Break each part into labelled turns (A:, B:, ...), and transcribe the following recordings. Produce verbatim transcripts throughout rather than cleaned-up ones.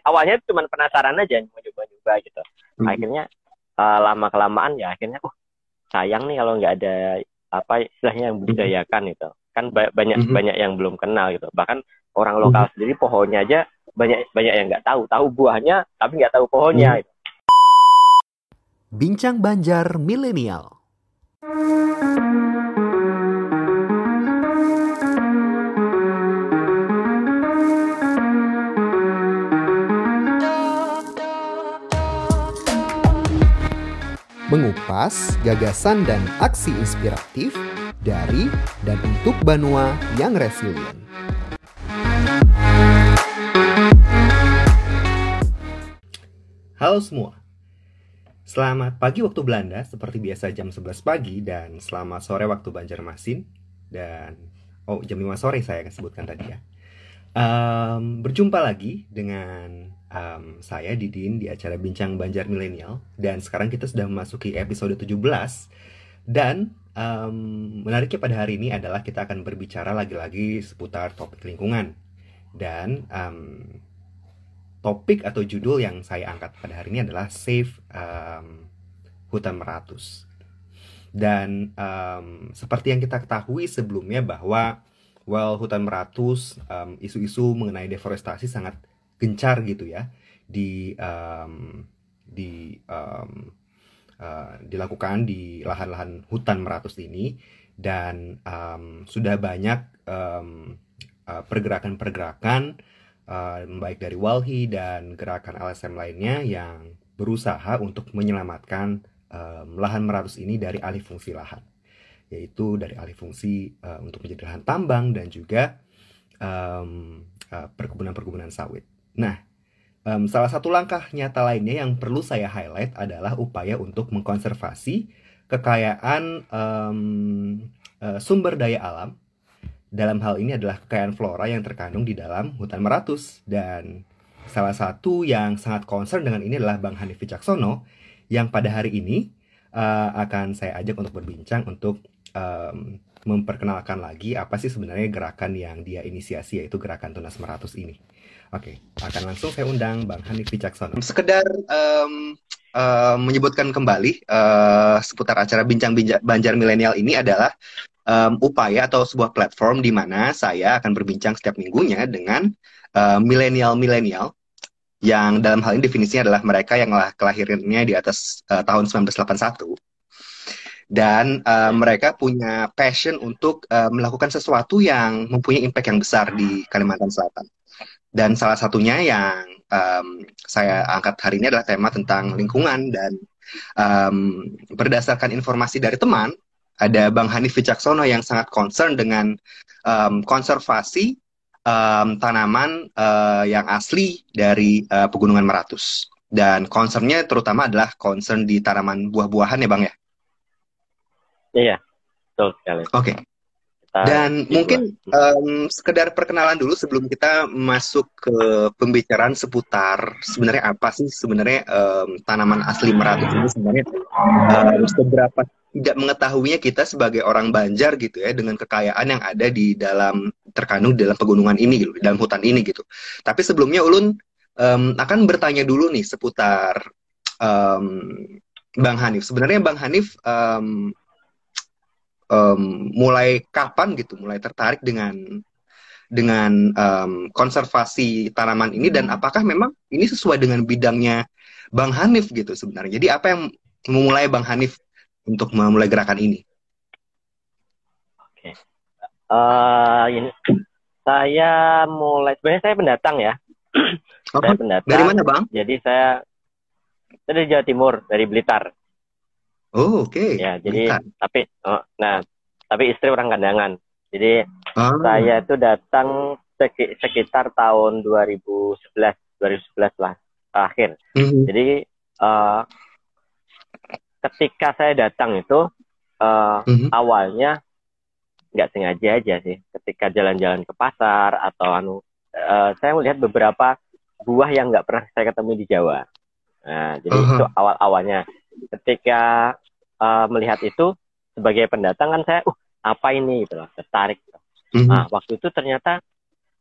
A: awalnya cuma penasaran aja, mau coba-coba gitu.
B: Hmm.
A: Akhirnya uh, lama kelamaan ya akhirnya, uh sayang nih kalau nggak ada apa istilahnya yang budidayakan gitu. Kan ba- banyak
B: Mhm.
A: banyak yang belum kenal gitu. Bahkan orang
B: Mhm.
A: lokal sendiri pohonnya aja banyak banyak yang nggak tahu, tahu buahnya tapi nggak tahu pohonnya.
B: Mhm.
A: Gitu.
C: Bincang Banjar Milenial. Mengupas gagasan dan aksi inspiratif dari dan untuk Banua yang resilient. Halo semua. Selamat pagi waktu Belanda, seperti biasa jam sebelas pagi, dan selamat sore waktu Banjarmasin. Dan, oh jam lima sore saya akan sebutkan tadi ya. Um, berjumpa lagi dengan um, saya Didin di acara Bincang Banjar Milenial. Dan sekarang kita sudah memasuki episode tujuh belas. Dan um, menariknya pada hari ini adalah kita akan berbicara lagi-lagi seputar topik lingkungan. Dan um, topik atau judul yang saya angkat pada hari ini adalah Save um, Hutan Meratus. Dan um, seperti yang kita ketahui sebelumnya bahwa well hutan meratus, um, isu-isu mengenai deforestasi sangat gencar gitu ya di um, di um, uh, dilakukan di lahan-lahan hutan meratus ini, dan um, sudah banyak um, uh, pergerakan-pergerakan uh, baik dari Walhi dan gerakan L S M lainnya yang berusaha untuk menyelamatkan um, lahan meratus ini dari alih fungsi lahan, yaitu dari alih fungsi uh, untuk menjadi lahan tambang dan juga um, uh, perkebunan-perkebunan sawit. Nah, um, salah satu langkah nyata lainnya yang perlu saya highlight adalah upaya untuk mengkonservasi kekayaan um, uh, sumber daya alam. Dalam hal ini adalah kekayaan flora yang terkandung di dalam hutan meratus. Dan salah satu yang sangat concern dengan ini adalah Bang Hanif Wicaksono, yang pada hari ini uh, akan saya ajak untuk berbincang untuk Um, memperkenalkan lagi apa sih sebenarnya gerakan yang dia inisiasi, yaitu gerakan Tunas Meratus ini. Oke, akan langsung saya undang Bang Hanif Wicaksono. Sekedar um, uh, menyebutkan kembali uh, seputar acara Bincang Banjar Milenial ini adalah um, upaya atau sebuah platform di mana saya akan berbincang setiap minggunya dengan uh, milenial-milenial yang dalam hal ini definisinya adalah mereka yang kelahirannya di atas uh, tahun sembilan belas delapan puluh satu. Dan uh, mereka punya passion untuk uh, melakukan sesuatu yang mempunyai impact yang besar di Kalimantan Selatan. Dan salah satunya yang um, saya angkat hari ini adalah tema tentang lingkungan. Dan um, berdasarkan informasi dari teman, ada Bang Hanif Wicaksono yang sangat concern dengan um, konservasi um, tanaman uh, yang asli dari uh, Pegunungan Meratus. Dan concernnya terutama adalah concern di tanaman buah-buahan ya Bang ya?
A: Iya, betul sekali.
B: Oke. Okay. Dan mungkin um, sekedar perkenalan dulu sebelum kita masuk ke pembicaraan seputar sebenarnya apa sih sebenarnya um, tanaman asli meratus ini sebenarnya, um, seberapa tidak mengetahuinya kita sebagai orang Banjar gitu ya, dengan kekayaan yang ada di dalam terkandung di dalam pegunungan ini gitu, dalam hutan ini gitu. Tapi sebelumnya Ulun um, akan bertanya dulu nih seputar um, Bang Hanif. Sebenarnya Bang Hanif um, Um, mulai kapan gitu, mulai tertarik dengan dengan um, konservasi tanaman ini, dan apakah memang ini sesuai dengan bidangnya Bang Hanif gitu sebenarnya? Jadi apa yang memulai Bang Hanif untuk memulai gerakan ini?
A: Oke, uh, ini saya mulai sebenarnya saya pendatang ya.
B: Oh,
A: saya pendatang.
B: Dari mana Bang?
A: Jadi saya dari Jawa Timur, dari Blitar.
B: Oh, oke. Okay.
A: Ya, jadi Blitar. tapi oh, nah, tapi istri orang Kandangan. Jadi
B: oh.
A: saya itu datang sekitar tahun dua ribu sebelas lah akhir. Mm-hmm. Jadi uh, ketika saya datang itu uh, mm-hmm. awalnya nggak sengaja aja sih. Ketika jalan-jalan ke pasar atau anu, uh, saya melihat beberapa buah yang nggak pernah saya ketemu di Jawa. Nah, jadi uh-huh. itu awal-awalnya. Ketika uh, melihat itu sebagai pendatang kan saya, uh apa ini gitu loh, tertarik. Uh-huh. Nah, waktu itu ternyata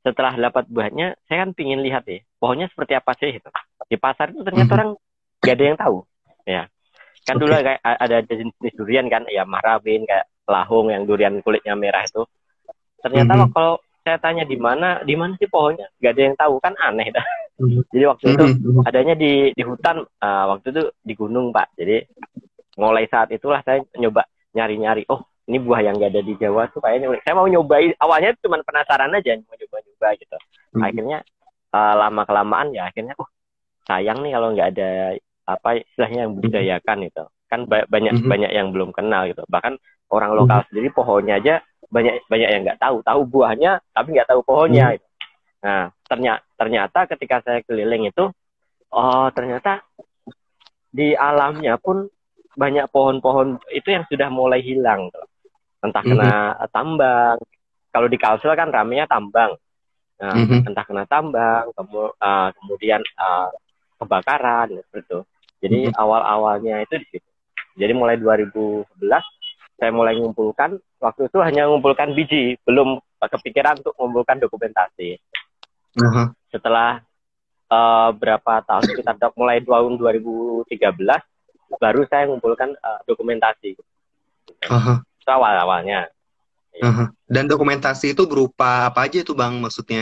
A: setelah dapat buahnya, saya kan pingin lihat ya, pohonnya seperti apa sih itu. Di pasar itu ternyata mm-hmm. orang nggak ada yang tahu, ya. Kan okay. dulu kayak ada jenis durian kan, ya marabin, kayak lahung yang durian kulitnya merah itu. Ternyata mm-hmm. kalau saya tanya di mana, di mana sih pohonnya, nggak ada yang tahu, kan aneh dah. Mm-hmm. Jadi waktu itu mm-hmm. adanya di di hutan, uh, waktu itu di gunung Pak. Jadi mulai saat itulah saya nyoba nyari-nyari, oh ini buah yang nggak ada di Jawa tuh kayaknya. Saya mau nyobain, awalnya cuma penasaran aja, mau nyoba-nyoba gitu. Mm-hmm. Akhirnya uh, lama kelamaan ya akhirnya, oh sayang nih kalau nggak ada apa istilahnya yang budidayakan gitu. Kan ba- banyak mm-hmm. banyak yang belum kenal gitu. Bahkan orang lokal mm-hmm. sendiri pohonnya aja banyak banyak yang nggak tahu, tahu buahnya tapi nggak tahu pohonnya. Mm-hmm. Gitu. Nah ternyata ternyata ketika saya keliling itu, oh ternyata di alamnya pun banyak pohon-pohon itu yang sudah mulai hilang. Gitu. Entah kena mm-hmm. tambang, kalau di Kalsel kan ramenya tambang. Nah, mm-hmm. entah kena tambang, kemu- uh, kemudian uh, kebakaran, seperti itu. Jadi mm-hmm. awal-awalnya itu di situ. Jadi mulai dua ribu sebelas saya mulai mengumpulkan. Waktu itu hanya mengumpulkan biji, belum kepikiran untuk mengumpulkan dokumentasi. Uh-huh. Setelah uh, berapa tahun, sekitar mulai tahun dua ribu tiga belas, baru saya mengumpulkan uh, dokumentasi.
B: Uh-huh.
A: Itu awal-awalnya.
B: Uh-huh. Dan dokumentasi itu berupa apa aja itu Bang maksudnya?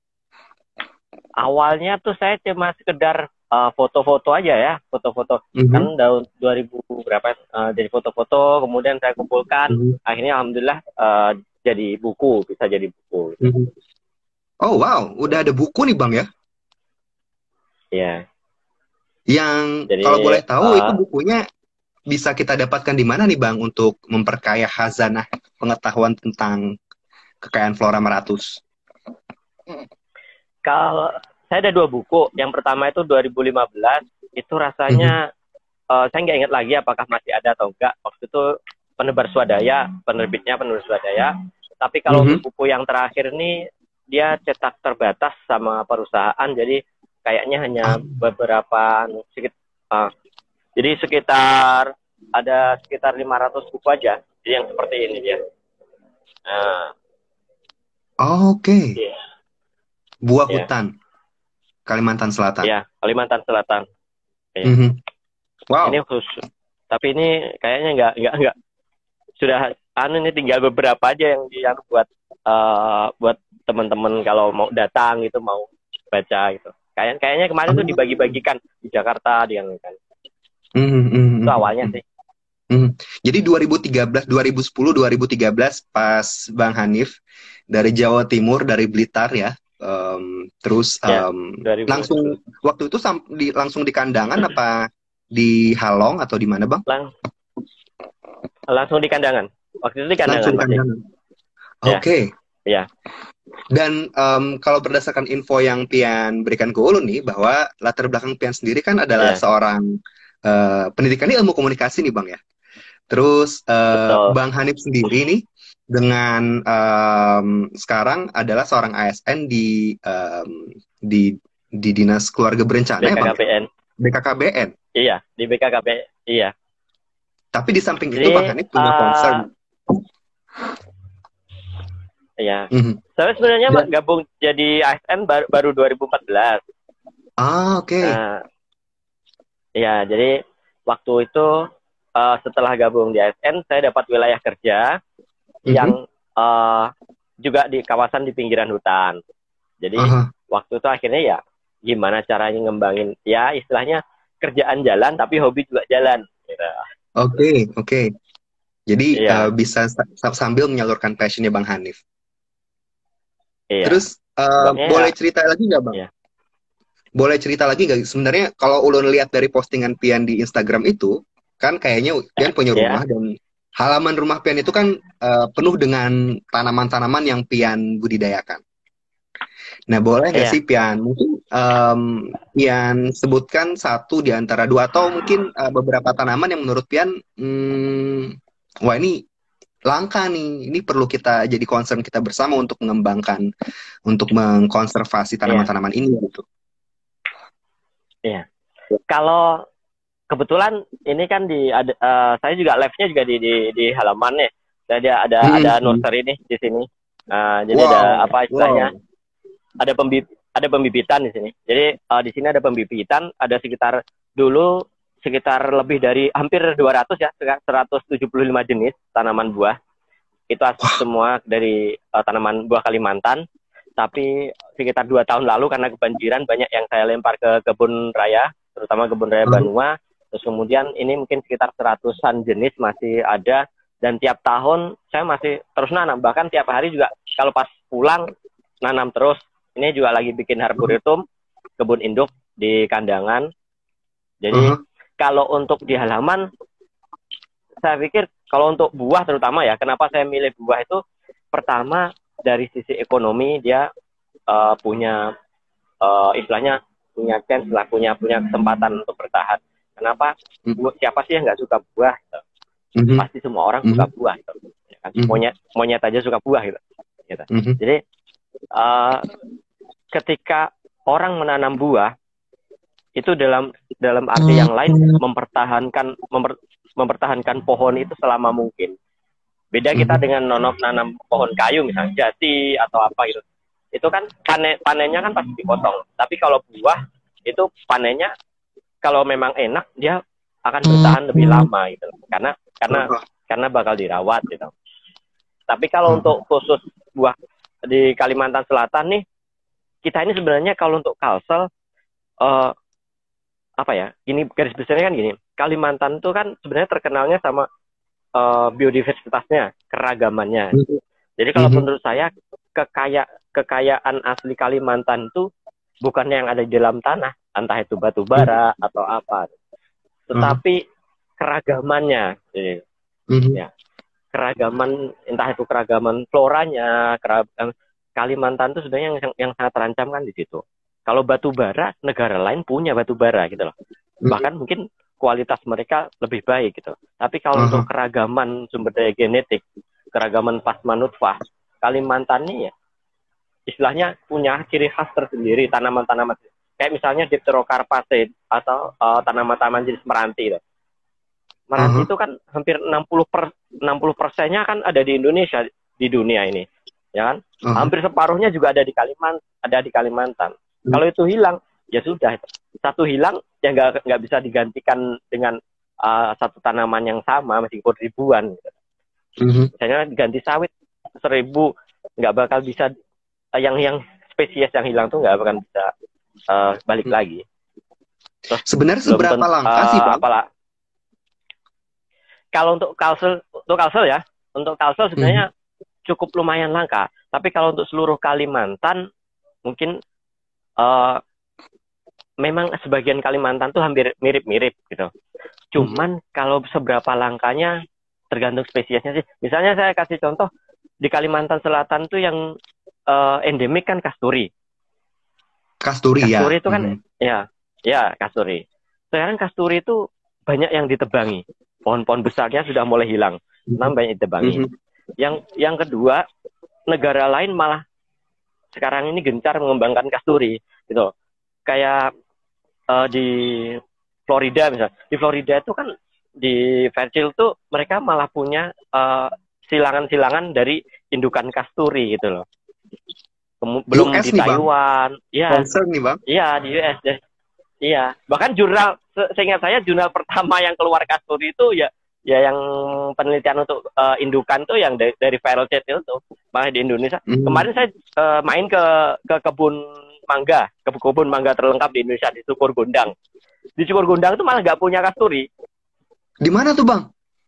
A: Awalnya tuh saya cuma sekedar uh, foto-foto aja ya, foto-foto. Uh-huh. Kan tahun dua ribu berapa uh, jadi foto-foto, kemudian saya kumpulkan. Uh-huh. Akhirnya alhamdulillah uh, jadi buku, bisa jadi buku.
B: Uh-huh. Oh wow, udah ada buku nih Bang ya?
A: Iya.
B: Yang
A: jadi,
B: kalau boleh tahu
A: uh,
B: itu bukunya bisa kita dapatkan di mana nih Bang untuk memperkaya khazanah pengetahuan tentang kekayaan Flora Meratus?
A: Kalau saya ada dua buku, yang pertama itu dua ribu lima belas, itu rasanya mm-hmm. uh, saya nggak ingat lagi apakah masih ada atau enggak. Waktu itu penebar swadaya, penerbitnya penebar swadaya. Tapi kalau mm-hmm. buku yang terakhir ini dia cetak terbatas sama perusahaan, jadi kayaknya hanya beberapa sedikit. Uh, jadi sekitar ada sekitar lima ratus buku aja, jadi yang seperti ini dia. Nah.
B: Oh, oke. Okay.
A: Yeah.
B: Buah
A: yeah.
B: hutan, Kalimantan Selatan.
A: Iya, Kalimantan Selatan. Ya.
B: Mm-hmm. Wow.
A: Ini khusus, tapi ini kayaknya nggak nggak nggak sudah anu ini tinggal beberapa aja yang yang buat uh, buat teman-teman kalau mau datang gitu mau baca gitu. Kayak kayaknya kemarin tuh dibagi-bagikan di Jakarta di yang kan.
B: Mm-hmm.
A: Itu awalnya sih.
B: Mm-hmm. Jadi dua ribu tiga belas, dua ribu sepuluh, dua ribu tiga belas pas Bang Hanif dari Jawa Timur, dari Blitar ya. Um, terus um, ya, langsung waktu itu sam- di, langsung di kandangan apa di Halong atau di mana Bang?
A: Lang- langsung di kandangan. Waktu itu di kandangan.
B: Langsung kandangan. Oke. Okay.
A: Ya.
B: Dan um, kalau berdasarkan info yang Pian berikan ke Ulun nih bahwa latar belakang Pian sendiri kan adalah ya. seorang uh, pendidikannya ilmu komunikasi nih Bang ya. Terus uh, Bang Hanif sendiri nih dengan um, sekarang adalah seorang A S N di um, di di Dinas Keluarga Berencana
A: B K K B N.
B: Ya, B K K B N.
A: Iya, di B K K B N. Iya.
B: Tapi di samping Jadi, itu Bang Hanif punya uh, concern.
A: Iya. Mm-hmm. Saya sebenarnya Dan, gabung jadi A S N baru, baru dua ribu empat belas.
B: Ah, oke. Okay.
A: Nah, iya, jadi waktu itu uh, setelah gabung di A S N saya dapat wilayah kerja Mm-hmm. yang uh, juga di kawasan di pinggiran hutan. Jadi uh-huh. waktu itu akhirnya ya gimana caranya ngembangin ya istilahnya kerjaan jalan tapi hobi juga jalan.
B: Oke gitu. Oke. Okay, okay. Jadi yeah. uh, bisa s- sambil menyalurkan passionnya Bang Hanif. Yeah. Terus uh, boleh ya. cerita lagi nggak Bang? Yeah. Boleh cerita lagi nggak? Sebenarnya kalau ulun lihat dari postingan Pian di Instagram itu kan kayaknya Pian punya rumah yeah. dan halaman rumah Pian itu kan uh, penuh dengan tanaman-tanaman yang Pian budidayakan. Nah, boleh nggak yeah. sih Pian mungkin um, Pian sebutkan satu di antara dua atau mungkin uh, beberapa tanaman yang menurut Pian, hmm, wah ini langka nih, ini perlu kita jadi concern kita bersama untuk mengembangkan, untuk mengkonservasi tanaman-tanaman yeah. ini gitu.
A: Iya. Yeah. Kalau kebetulan ini kan di ada, uh, saya juga live-nya juga di di, di halaman nih. Jadi ada
B: hmm.
A: ada nursery nih di sini. Uh, jadi wow. ada apa istilahnya? Wow. ada pembib ada pembibitan di sini. Jadi uh, di sini ada pembibitan, ada sekitar dulu sekitar lebih dari hampir dua ratus ya, seratus tujuh puluh lima jenis tanaman buah. Itu semua dari uh, tanaman buah Kalimantan. Tapi sekitar dua tahun lalu karena kebanjiran banyak yang saya lempar ke kebun raya, terutama kebun raya Banua. Terus kemudian ini mungkin sekitar seratusan jenis masih ada, dan tiap tahun saya masih terus nanam. Bahkan tiap hari juga kalau pas pulang nanam terus. Ini juga lagi bikin arboretum, kebun induk di kandangan. Jadi uh -huh. kalau untuk di halaman, saya pikir kalau untuk buah terutama ya, kenapa saya milih buah itu, pertama dari sisi ekonomi dia uh, punya uh, istilahnya punya chance lah, punya punya kesempatan untuk bertahan. Kenapa? Bu, siapa sih yang nggak suka buah? Gitu. Mm-hmm. Pasti semua orang mm-hmm. suka buah. Gitu. Ya kan? Mm-hmm. Monyet monyet aja suka buah gitu. gitu. Mm-hmm. Jadi uh, ketika orang menanam buah itu dalam dalam arti yang lain mempertahankan memper, mempertahankan pohon itu selama mungkin. Beda kita dengan nonok nanam pohon kayu misalnya jati atau apa gitu. Itu kan panen panennya kan pasti dipotong. Tapi kalau buah itu panennya kalau memang enak dia akan bertahan lebih lama gitu. Karena karena karena bakal dirawat gitu. Tapi kalau untuk khusus buah di Kalimantan Selatan nih, kita ini sebenarnya kalau untuk kalsel uh, apa ya? Gini garis besarnya kan gini. Kalimantan itu kan sebenarnya terkenalnya sama Uh, biodiversitasnya, keragamannya. Jadi kalau mm-hmm. menurut saya kekaya kekayaan asli Kalimantan itu bukan yang ada di dalam tanah, entah itu batu bara mm-hmm. atau apa, tetapi mm-hmm. keragamannya. Jadi, mm-hmm. ya, keragaman, entah itu keragaman floranya, keragaman, Kalimantan itu sebenarnya yang, yang sangat terancam kan di situ. Kalau batu bara, negara lain punya batu bara gitu loh. Mm-hmm. Bahkan mungkin kualitas mereka lebih baik gitu. Tapi kalau uh-huh. untuk keragaman sumber daya genetik, keragaman plasma nutfah, Kalimantan ini ya istilahnya punya ciri khas tersendiri tanaman-tanaman. Kayak misalnya Dipterocarpaceae atau uh, tanaman-tanaman jenis meranti itu. Meranti uh-huh. itu kan hampir enam puluh persennya kan ada di Indonesia, di dunia ini. Ya kan? Uh-huh. Hampir separuhnya juga ada di Kalimantan, ada di Kalimantan. Uh-huh. Kalau itu hilang, ya sudah. Satu hilang ya nggak nggak bisa digantikan dengan uh, satu tanaman yang sama meskipun ribuan gitu. Mm-hmm. Misalnya ganti sawit seribu nggak bakal bisa uh, yang yang spesies yang hilang tuh nggak bakal bisa uh, balik mm-hmm. lagi. Terus, sebenarnya seberapa tentu, langka uh, sih Bang? Apalah. Kalau untuk kalsel untuk kalsel ya untuk kalsel sebenarnya mm-hmm. cukup lumayan langka. Tapi kalau untuk seluruh Kalimantan mungkin uh, memang sebagian Kalimantan tuh hampir mirip-mirip gitu. Cuman hmm. kalau seberapa langkanya tergantung spesiesnya sih. Misalnya saya kasih contoh di Kalimantan Selatan tuh yang uh, endemik kan kasturi.
B: Kasturi, kasturi ya.
A: Kasturi itu kan
B: hmm.
A: ya, ya kasturi. Sekarang kasturi itu banyak yang ditebangi. Pohon-pohon besarnya sudah mulai hilang. Hmm. Nah, banyak ditebangi. Hmm. Yang yang kedua, negara lain malah sekarang ini gencar mengembangkan kasturi gitu. Kayak Uh, di Florida misalnya, di Florida itu kan di Fairchild tuh mereka malah punya uh, silangan-silangan dari indukan kasturi gitu loh. Kemu belum U S di Taiwan, ya,
B: nih Bang.
A: Iya di U S deh, iya. Bahkan jurnal, se seingat saya jurnal pertama yang keluar kasturi itu ya, ya yang penelitian untuk uh, indukan tuh yang dari, dari Fairchild itu, malah di Indonesia. Mm. Kemarin saya uh, main ke ke kebun mangga, kebun mangga terlengkap di Indonesia di Cukur Gondang. Di Cukur Gondang itu malah nggak punya kasturi.
B: Di mana tuh Bang?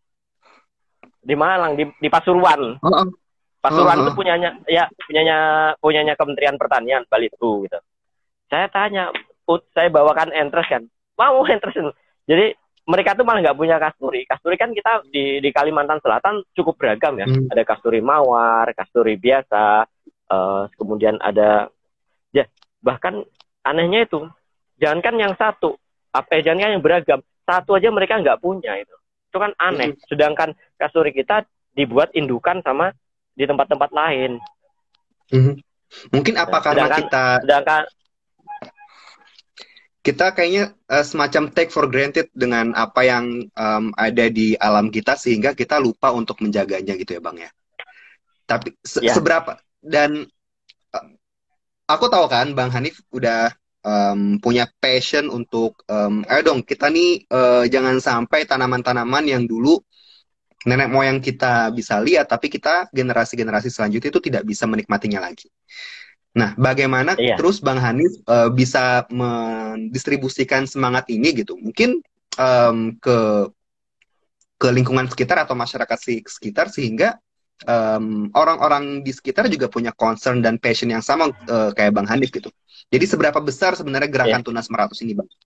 A: Di Malang, di, di Pasuruan. Oh, oh. Pasuruan oh, oh. itu punyanya, ya punyanya punyanya Kementerian Pertanian Balitku gitu. Saya tanya, saya bawakan entres kan, mau entres. Jadi mereka tuh malah nggak punya kasturi. Kasturi kan kita di di Kalimantan Selatan cukup beragam ya. Hmm. Ada kasturi mawar, kasturi biasa, uh, kemudian ada ya. Bahkan anehnya itu, jangankan yang satu, apa eh, jangankan yang beragam, satu aja mereka nggak punya itu. Itu kan aneh. Sedangkan kasturi kita dibuat indukan sama di tempat-tempat lain.
B: Mm-hmm. Mungkin apa karena sedangkan, kita
A: sedangkan
B: kita kayaknya uh, semacam take for granted dengan apa yang um, ada di alam kita sehingga kita lupa untuk menjaganya gitu ya Bang ya. Tapi se- ya. seberapa dan uh, aku tahu kan Bang Hanif udah um, punya passion untuk, um, ayo dong kita nih uh, jangan sampai tanaman-tanaman yang dulu nenek moyang kita bisa lihat, tapi kita generasi-generasi selanjutnya itu tidak bisa menikmatinya lagi. Nah, bagaimana
A: Iya.
B: terus Bang Hanif uh, bisa mendistribusikan semangat ini gitu? Mungkin um, ke ke lingkungan sekitar atau masyarakat sekitar, sehingga um, orang-orang di sekitar juga punya concern dan passion yang sama uh, kayak Bang Hanif gitu. Jadi seberapa besar sebenarnya gerakan
A: Iya.
B: Tunas Meratus ini, Bang?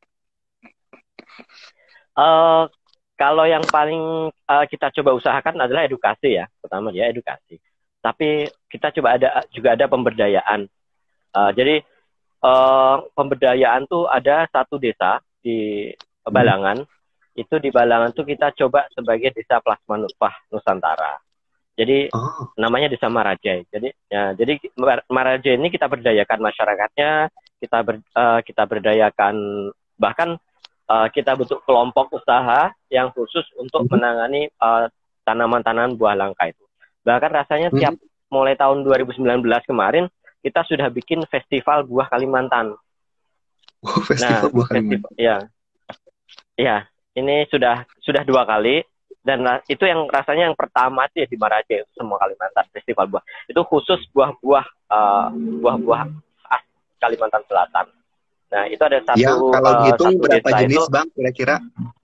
A: Uh, kalau yang paling uh, kita coba usahakan adalah edukasi ya, pertama dia edukasi. Tapi kita coba ada juga ada pemberdayaan. Uh, jadi uh, pemberdayaan tuh ada satu desa di Balangan. Hmm. Itu di Balangan tuh kita coba sebagai desa plasma nutfah Nusantara. Jadi oh. namanya desa Marajai. Jadi ya, jadi Marajai ini kita berdayakan masyarakatnya, kita ber, uh, kita berdayakan bahkan uh, kita bentuk kelompok usaha yang khusus untuk mm-hmm. menangani uh, tanaman-tanaman buah langka itu. Bahkan rasanya mm-hmm. tiap mulai tahun dua ribu sembilan belas kemarin kita sudah bikin festival buah Kalimantan.
B: Oh, festival
A: nah,
B: buah Kalimantan.
A: Festival, ya. Ya, ini sudah sudah dua kali. Dan itu yang rasanya yang pertama sih di Marajai, semua Kalimantan festival buah. Itu khusus buah-buah uh, buah-buah khas Kalimantan Selatan. Nah, itu ada satu
B: ya, kalau
A: uh,
B: hitung
A: satu
B: berapa jenis,
A: itu,
B: Bang, kira-kira?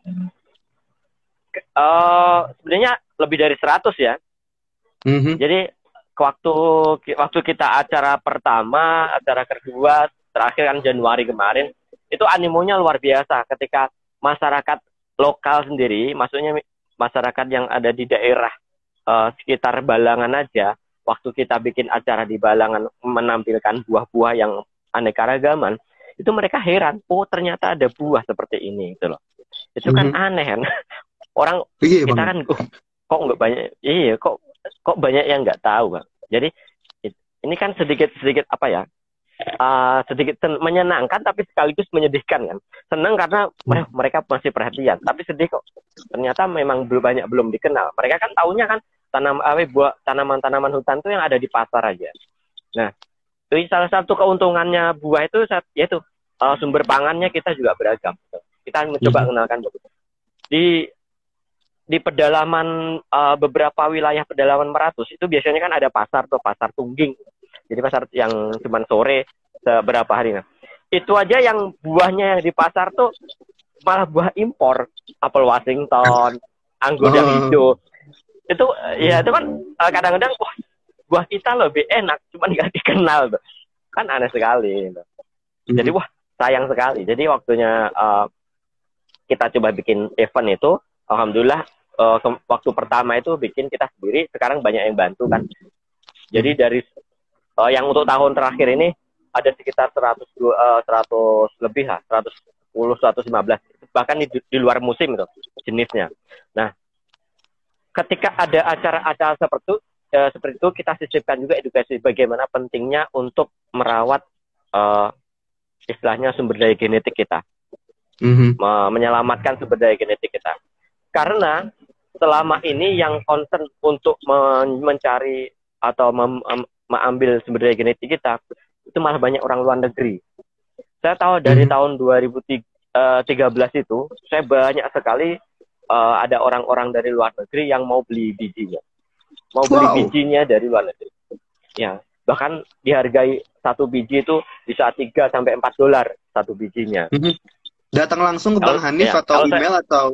A: Uh, sebenarnya lebih dari seratus ya. Mm-hmm. Jadi waktu waktu kita acara pertama, acara kedua, terakhir kan Januari kemarin, itu animonya luar biasa ketika masyarakat lokal sendiri, maksudnya masyarakat yang ada di daerah uh, sekitar Balangan aja, waktu kita bikin acara di Balangan menampilkan buah-buah yang aneka-ragaman, itu mereka heran, oh ternyata ada buah seperti ini gitu loh. Itu kan mm-hmm. aneh kan. Orang iya, kita kan oh, kok nggak banyak, iya kok kok banyak yang nggak tahu, Bang. Jadi ini kan sedikit-sedikit apa ya? Uh, sedikit menyenangkan tapi sekaligus menyedihkan kan. Senang karena hmm. mereka masih perhatian, tapi sedih kok ternyata memang belum banyak belum dikenal. Mereka kan taunya kan tanam awe buah tanaman-tanaman hutan itu yang ada di pasar aja. Nah, itu salah satu keuntungannya buah itu yaitu uh, sumber pangannya kita juga beragam. Kita mencoba hmm. mengenalkan di di pedalaman uh, beberapa wilayah pedalaman Meratus itu biasanya kan ada pasar tuh, pasar Tungging. Jadi pasar yang cuma sore seberapa hari. Nah, itu aja yang buahnya yang di pasar tuh malah buah impor, apel Washington, anggur yang hijau. Itu ya itu kan kadang-kadang wah, buah kita lebih enak, cuman nggak dikenal tuh. Kan aneh sekali. Gitu. Jadi wah sayang sekali. Jadi waktunya uh, kita coba bikin event itu, alhamdulillah uh, waktu pertama itu bikin kita sendiri, sekarang banyak yang bantu kan. Jadi dari Uh, yang untuk tahun terakhir ini ada sekitar seratus, uh, seratus lebih lah, seratus sepuluh, seratus lima belas, bahkan di, di luar musim itu jenisnya. Nah, ketika ada acara-acara seperti itu, uh, seperti itu kita sisipkan juga edukasi bagaimana pentingnya untuk merawat uh, istilahnya sumber daya genetik kita, mm-hmm. Me- menyelamatkan sumber daya genetik kita. Karena selama ini yang concern untuk men- mencari atau mem- um, mengambil sumber daya genetik kita itu malah banyak orang luar negeri. Saya tahu dari hmm. tahun dua ribu tiga belas itu saya banyak sekali uh, ada orang-orang dari luar negeri yang mau beli bijinya, mau beli wow. bijinya dari luar negeri. Ya, bahkan dihargai satu biji itu bisa tiga sampai empat dolar satu bijinya. Hmm.
B: Datang langsung ke Bang Hanif ya, atau email saya, atau?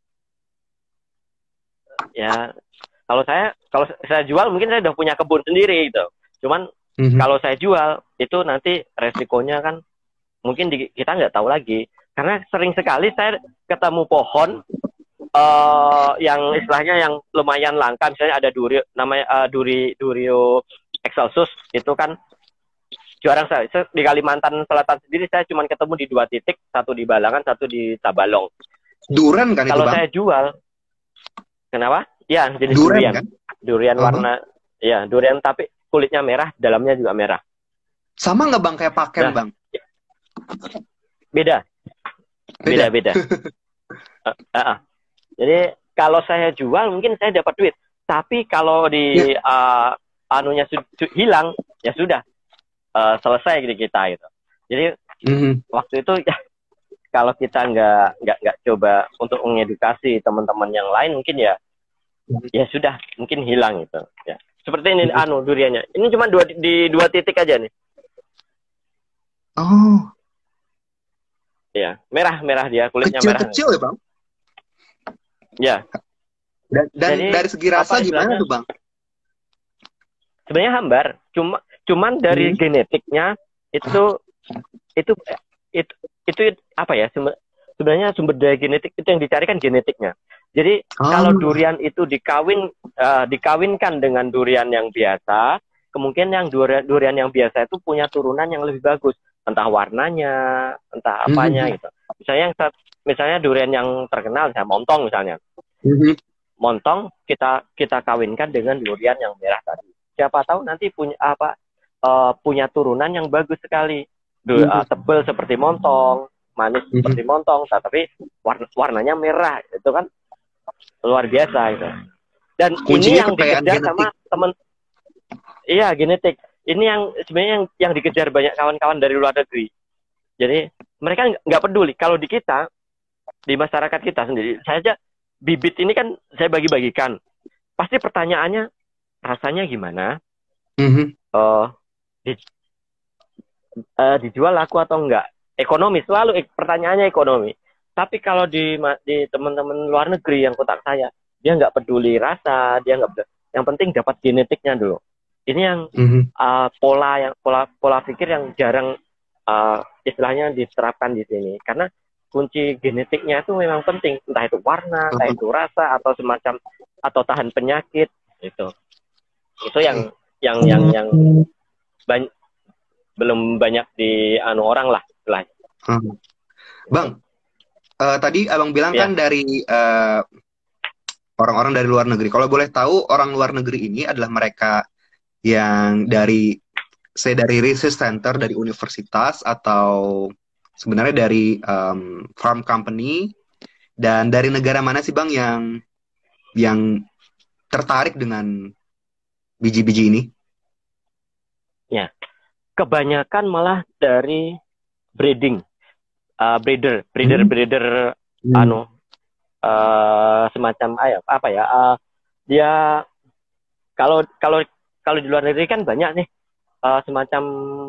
A: Ya, kalau saya kalau saya jual mungkin saya udah punya kebun sendiri gitu. Cuman mm-hmm. kalau saya jual itu nanti resikonya kan mungkin di, kita nggak tahu lagi, karena sering sekali saya ketemu pohon uh, yang istilahnya yang lumayan langka, misalnya ada duri namanya uh, duri durio excelsus, itu kan jarang saya di Kalimantan Selatan sendiri saya cuma ketemu di dua titik, satu di Balangan, satu di Tabalong.
B: Duren kan
A: kalau
B: itu, Bang?
A: Saya jual, kenapa? Ya jenis
B: durian,
A: durian,
B: kan?
A: durian uh-huh. warna, ya durian tapi kulitnya merah, dalamnya juga merah.
B: Sama nggak Bang kayak paken, nah, Bang?
A: Beda. Beda-beda. uh, uh, uh. Jadi kalau saya jual mungkin saya dapat duit. Tapi kalau di yeah. uh, anunya su- su- hilang, ya sudah. uh, selesai di kita gitu. Jadi
B: mm-hmm.
A: waktu itu ya kalau kita nggak nggak nggak coba untuk mengedukasi teman-teman yang lain mungkin ya mm-hmm. ya sudah mungkin hilang gitu ya. Seperti ini mm-hmm. anu duriannya. Ini cuma dua di dua titik aja nih.
B: Oh.
A: Ya, merah-merah dia, kulitnya
B: kecil,
A: merah.
B: Kecil ya, Bang?
A: Ya.
B: Dan, dan
A: Jadi,
B: dari segi rasa gimana tuh, Bang?
A: Sebenarnya hambar, cuma cuman dari hmm. genetiknya itu itu itu itu apa ya? Sebenarnya sumber daya genetik itu yang dicari kan genetiknya. Jadi oh. kalau durian itu dikawin uh, dikawinkan dengan durian yang biasa, kemungkinan yang durian, durian yang biasa itu punya turunan yang lebih bagus. Entah warnanya, entah apanya mm-hmm. gitu. Misalnya yang misalnya durian yang terkenal, misalnya montong misalnya.
B: Mm-hmm.
A: Montong kita kita kawinkan dengan durian yang merah tadi. Siapa tahu nanti punya apa uh, punya turunan yang bagus sekali. Du, mm-hmm. uh, tebal seperti montong, manis mm-hmm. seperti montong, tapi warna warnanya merah. Itu kan luar biasa gitu. Dan
B: kuncinya
A: ini yang dikejar sama teman. Iya, genetik. Ini yang sebenarnya yang, yang dikejar banyak kawan-kawan dari luar negeri. Jadi mereka nggak peduli. Kalau di kita, di masyarakat kita sendiri, saya aja bibit ini kan saya bagi-bagikan. Pasti pertanyaannya rasanya gimana?
B: Mm-hmm.
A: Uh, di, uh, dijual laku atau enggak? Ekonomi selalu ek, pertanyaannya ekonomi. Tapi kalau di di teman-teman luar negeri yang kontak saya, dia nggak peduli rasa, dia nggak peduli. Yang penting dapat genetiknya dulu. Ini yang mm-hmm. uh, pola yang pola pola pikir yang jarang uh, istilahnya diterapkan di sini karena kunci genetiknya itu memang penting, entah itu warna, entah itu rasa atau semacam atau tahan penyakit itu itu yang yang yang yang banyak belum banyak di anu orang lah istilahnya.
B: Hmm. Bang, uh, tadi abang bilang ya. kan dari uh, orang-orang dari luar negeri. Kalau boleh tahu orang luar negeri ini adalah mereka yang dari saya dari research center dari universitas atau sebenarnya dari um, farm company dan dari negara mana sih Bang yang yang tertarik dengan biji-biji ini?
A: Ya, kebanyakan malah dari breeding, uh, breeder, breeder, hmm. breeder, hmm. anu uh, semacam ayam apa ya? Uh, dia kalau kalau Kalau di luar negeri kan banyak nih uh, semacam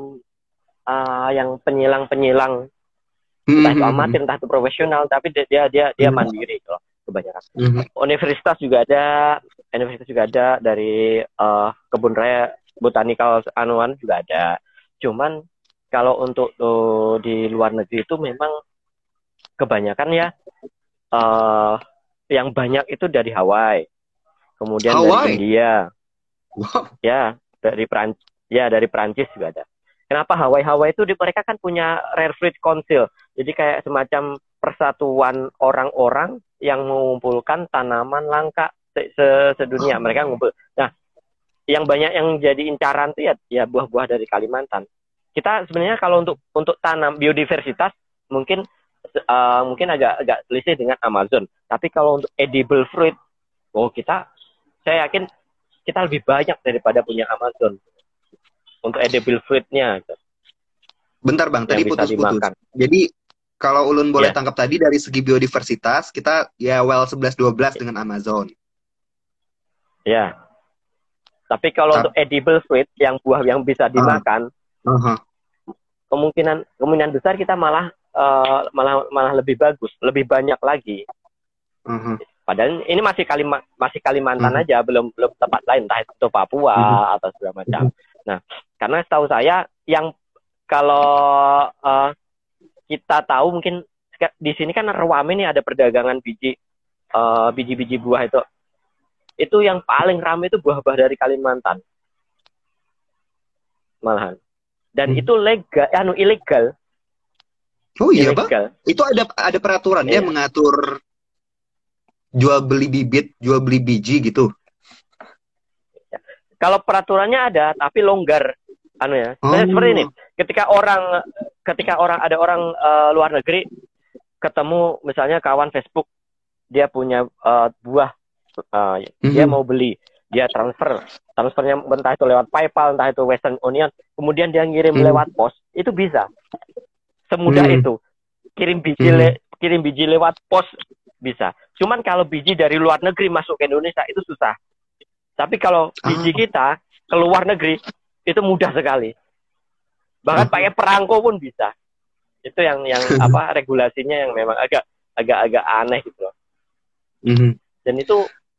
A: uh, yang penyilang-penyilang, entah itu amatir, entah itu profesional, tapi dia dia dia mandiri gitu loh, kebanyakan. Mm-hmm. Universitas juga ada, universitas juga ada dari uh, kebun raya, botanical anuan juga ada. Cuman kalau untuk uh, di luar negeri itu memang kebanyakan ya uh, yang banyak itu dari Hawaii, kemudian
B: Hawaii?
A: dari India.
B: Wow.
A: Ya, dari Perancis, ya dari Perancis juga ada. Kenapa Hawaii? Hawaii itu di, mereka kan punya Rare Fruit Council. Jadi kayak semacam persatuan orang-orang yang mengumpulkan tanaman langka se -se sedunia. Mereka ngumpul. Nah, yang banyak yang jadi incaran tuh ya ya buah-buah dari Kalimantan. Kita sebenarnya kalau untuk untuk tanam biodiversitas mungkin uh, mungkin agak agak selisih dengan Amazon. Tapi kalau untuk edible fruit, oh kita saya yakin kita lebih banyak daripada punya Amazon untuk edible fruit-nya.
B: Bentar Bang, tadi putus-putus. Jadi kalau Ulun boleh yeah. tangkap tadi dari segi biodiversitas, kita ya well sebelas dua belas dengan Amazon.
A: Ya. Yeah. Tapi kalau Ta untuk edible fruit, yang buah yang bisa dimakan, uh -huh. kemungkinan kemungkinan besar kita malah uh, malah malah lebih bagus, lebih banyak lagi. Uh -huh. Padahal ini masih Kalima, masih Kalimantan mm-hmm. aja, belum belum tempat lain, entah itu Papua mm-hmm. atau segala macam. Mm-hmm. Nah, karena setahu saya yang kalau uh, kita tahu mungkin di sini kan rame nih ada perdagangan biji uh, biji-biji buah itu. Itu yang paling rame itu buah-buah dari Kalimantan. Malahan. Dan mm-hmm. itu legal, anu ilegal.
B: Oh iya, Bang. Itu ada ada peraturan yeah. ya mengatur jual beli bibit, jual beli biji gitu.
A: Kalau peraturannya ada, tapi longgar, anu ya. Oh. Seperti ini, ketika orang, ketika orang ada orang uh, luar negeri ketemu, misalnya kawan Facebook, dia punya uh, buah, uh, mm-hmm. dia mau beli, dia transfer, transfernya entah itu lewat PayPal, entah itu Western Union, kemudian dia ngirim hmm. lewat pos, itu bisa. Semudah hmm. itu. Kirim biji hmm. le, kirim biji lewat pos bisa. Cuman kalau biji dari luar negeri masuk ke Indonesia itu susah. Tapi kalau biji oh. kita ke luar negeri itu mudah sekali. Bahkan oh. pakai perangko pun bisa. Itu yang yang apa regulasinya yang memang agak agak agak aneh gitu loh. Mm-hmm. Dan itu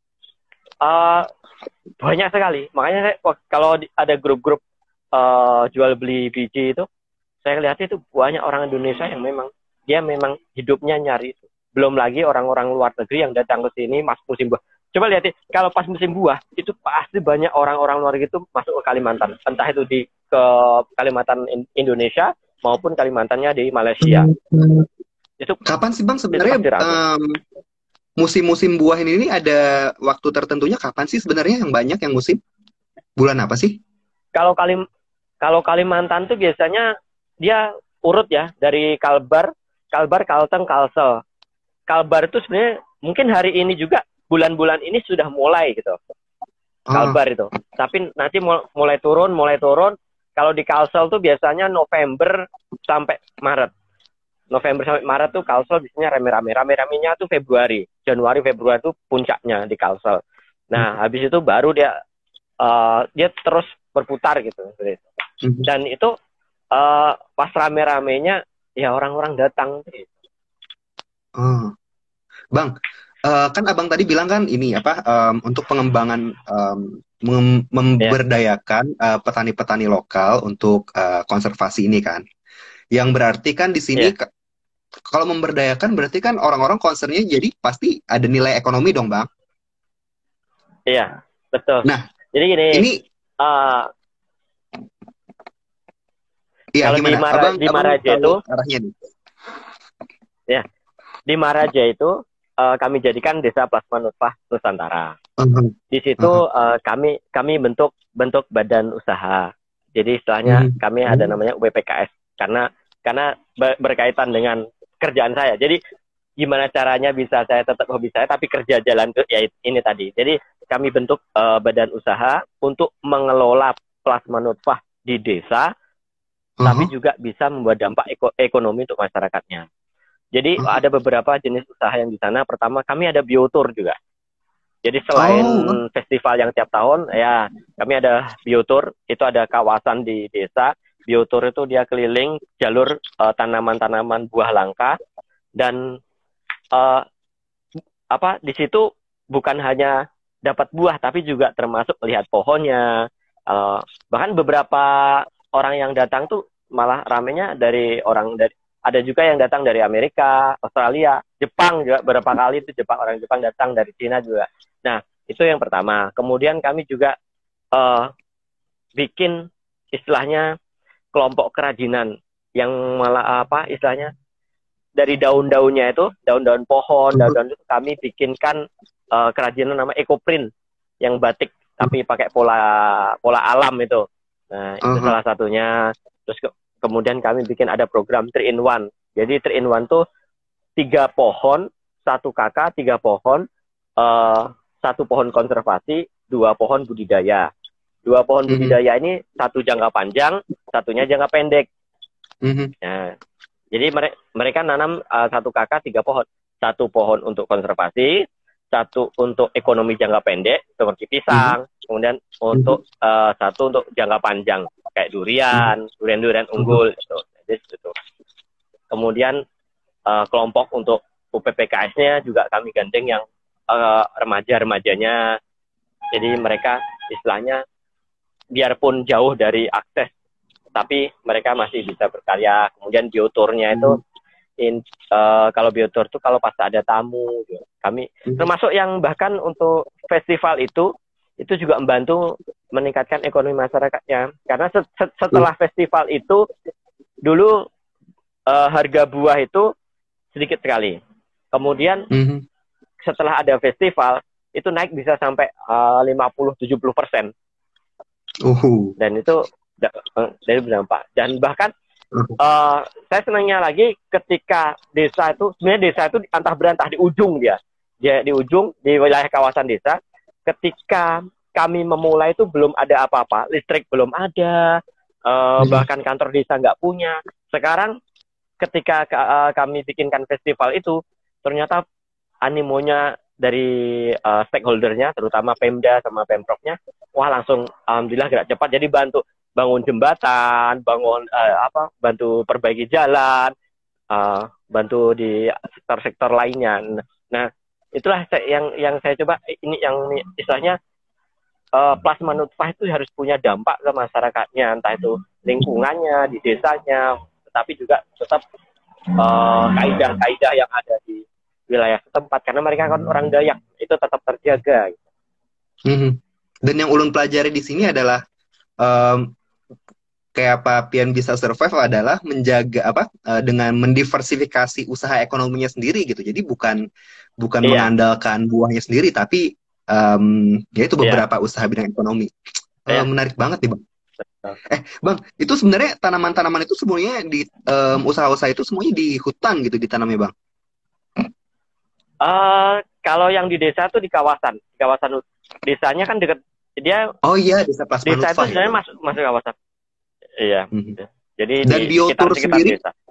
A: uh, banyak sekali. Makanya saya, kalau ada grup-grup uh, jual beli biji itu, saya lihat itu banyak orang Indonesia yang memang dia memang hidupnya nyari itu. Belum lagi orang-orang luar negeri yang datang ke sini mas musim buah. Coba lihat kalau pas musim buah itu pasti banyak orang-orang luar gitu masuk ke Kalimantan. Entah itu di ke Kalimantan Indonesia maupun Kalimantannya di Malaysia. Hmm. Itu
B: kapan sih Bang sebenarnya um, musim-musim buah ini, ini ada waktu tertentunya kapan sih sebenarnya yang banyak yang musim? Bulan apa sih?
A: Kalau Kalim kalau Kalimantan tuh biasanya dia urut ya dari Kalbar, Kalbar, Kalteng, Kalsel. Kalbar itu sebenarnya mungkin hari ini juga bulan-bulan ini sudah mulai gitu. Kalbar oh. itu. Tapi nanti mulai turun, mulai turun. Kalau di Kalsel tuh biasanya November sampai Maret. November sampai Maret tuh Kalsel biasanya rame-rame. Rame-ramenya tuh Februari. Januari, Februari tuh puncaknya di Kalsel. Nah, hmm. habis itu baru dia uh, dia terus berputar gitu. Hmm. Dan itu uh, pas rame-ramenya ya orang-orang datang.
B: Oh. Bang, uh, kan Abang tadi bilang kan ini apa um, untuk pengembangan um, mem memberdayakan petani-petani uh, lokal untuk uh, konservasi ini kan. Yang berarti kan di sini yeah. kalau memberdayakan berarti kan orang-orang concernnya jadi pasti ada nilai ekonomi dong, Bang.
A: Iya, betul.
B: Nah,
A: jadi gini,
B: ini
A: uh,
B: iya,
A: kalau
B: gimana?
A: di, Mara,
B: abang,
A: di Maraja abang itu
B: arahnya nih.
A: Ya, di Maraja itu uh, kami jadikan Desa Plasma Nutfah Nusantara. Uh-huh. Di situ uh-huh. uh, kami kami bentuk bentuk badan usaha. Jadi istilahnya uh-huh. kami ada namanya U P P K S karena karena berkaitan dengan kerjaan saya. Jadi gimana caranya bisa saya tetap hobi saya tapi kerja jalan ke ya ini tadi. Jadi kami bentuk uh, badan usaha untuk mengelola plasma nutfah di desa, uh-huh. tapi juga bisa membuat dampak eko- ekonomi untuk masyarakatnya. Jadi uh-huh. ada beberapa jenis usaha yang di sana. Pertama kami ada biotour juga. Jadi selain oh. festival yang tiap tahun, ya kami ada biotour. Itu ada kawasan di desa. Biotour itu dia keliling jalur uh, tanaman-tanaman buah langka dan uh, apa di situ bukan hanya dapat buah tapi juga termasuk melihat pohonnya. Uh, bahkan beberapa orang yang datang tuh malah ramenya dari orang dari ada juga yang datang dari Amerika, Australia, Jepang juga beberapa kali itu Jepang orang Jepang datang dari Cina juga. Nah itu yang pertama. Kemudian kami juga uh, bikin istilahnya kelompok kerajinan yang malah apa istilahnya dari daun-daunnya itu daun-daun pohon daun-daun itu kami bikinkan uh, kerajinan nama ekoprint yang batik tapi pakai pola pola alam itu. Nah itu uh-huh. salah satunya. Terus ke, kemudian kami bikin ada program three in one. Jadi three in one tuh tiga pohon satu kakak tiga pohon uh, satu pohon konservasi dua pohon budidaya. Dua pohon mm-hmm. budidaya ini satu jangka panjang, satunya jangka pendek. Mm-hmm. Nah, jadi mere- mereka nanam uh, satu kakak tiga pohon, satu pohon untuk konservasi, satu untuk ekonomi jangka pendek seperti pisang, mm-hmm. kemudian untuk uh, satu untuk jangka panjang kayak durian, mm-hmm. durian-durian unggul itu. Jadi itu. Kemudian uh, kelompok untuk U P P K S-nya juga kami gandeng yang uh, remaja-remajanya. Jadi mereka istilahnya biarpun jauh dari akses, tapi mereka masih bisa berkarya. Kemudian biotournya itu, in, uh, kalau biotour itu kalau pas ada tamu, gitu. Kami termasuk yang bahkan untuk festival itu, itu juga membantu meningkatkan ekonomi masyarakatnya. Karena set, set, setelah festival itu, dulu uh, harga buah itu sedikit sekali. Kemudian setelah ada festival, itu naik bisa sampai uh, lima puluh sampai tujuh puluh persen. Uh. Dan itu dari berdampak. Dan bahkan uh. Uh, saya senangnya lagi ketika desa itu sebenarnya desa itu antah berantah di ujung dia, dia di ujung di wilayah kawasan desa. Ketika kami memulai itu belum ada apa-apa, listrik belum ada, uh, bahkan kantor desa nggak punya. Sekarang ketika uh, kami bikinkan festival itu, ternyata animonya dari uh, stakeholdernya, terutama Pemda sama Pemprovnya, wah langsung alhamdulillah gerak cepat. Jadi bantu bangun jembatan, bangun uh, apa, bantu perbaiki jalan, uh, bantu di sektor-sektor lainnya. Nah, itulah yang yang saya coba ini yang istilahnya uh, plasma nutfah itu harus punya dampak ke masyarakatnya, entah itu lingkungannya di desanya, tetapi juga tetap uh, kaidah-kaidah yang ada di wilayah setempat, karena mereka kan orang Dayak, itu tetap terjaga.
B: Mm-hmm. Dan yang ulun pelajari di sini adalah um, kayak apa Pian bisa survive adalah menjaga apa uh, dengan mendiversifikasi usaha ekonominya sendiri gitu. Jadi bukan bukan iya. mengandalkan buahnya sendiri, tapi um, ya itu beberapa iya. usaha bidang ekonomi. Iya. Uh, menarik banget nih Bang. Eh Bang, itu sebenarnya tanaman-tanaman itu semuanya di um, usaha-usaha itu semuanya di hutan gitu ditanamnya Bang?
A: Uh, kalau yang di desa tuh di kawasan, di kawasan desanya kan dekat dia.
B: Oh iya, desa Plasma
A: Desa
B: Nutfah,
A: itu sebenarnya
B: ya,
A: masuk masuk kawasan. Iya. Mm-hmm. Jadi
B: dan
A: di
B: biotur
A: sekitar,
B: sendiri.
A: Sekitar desa.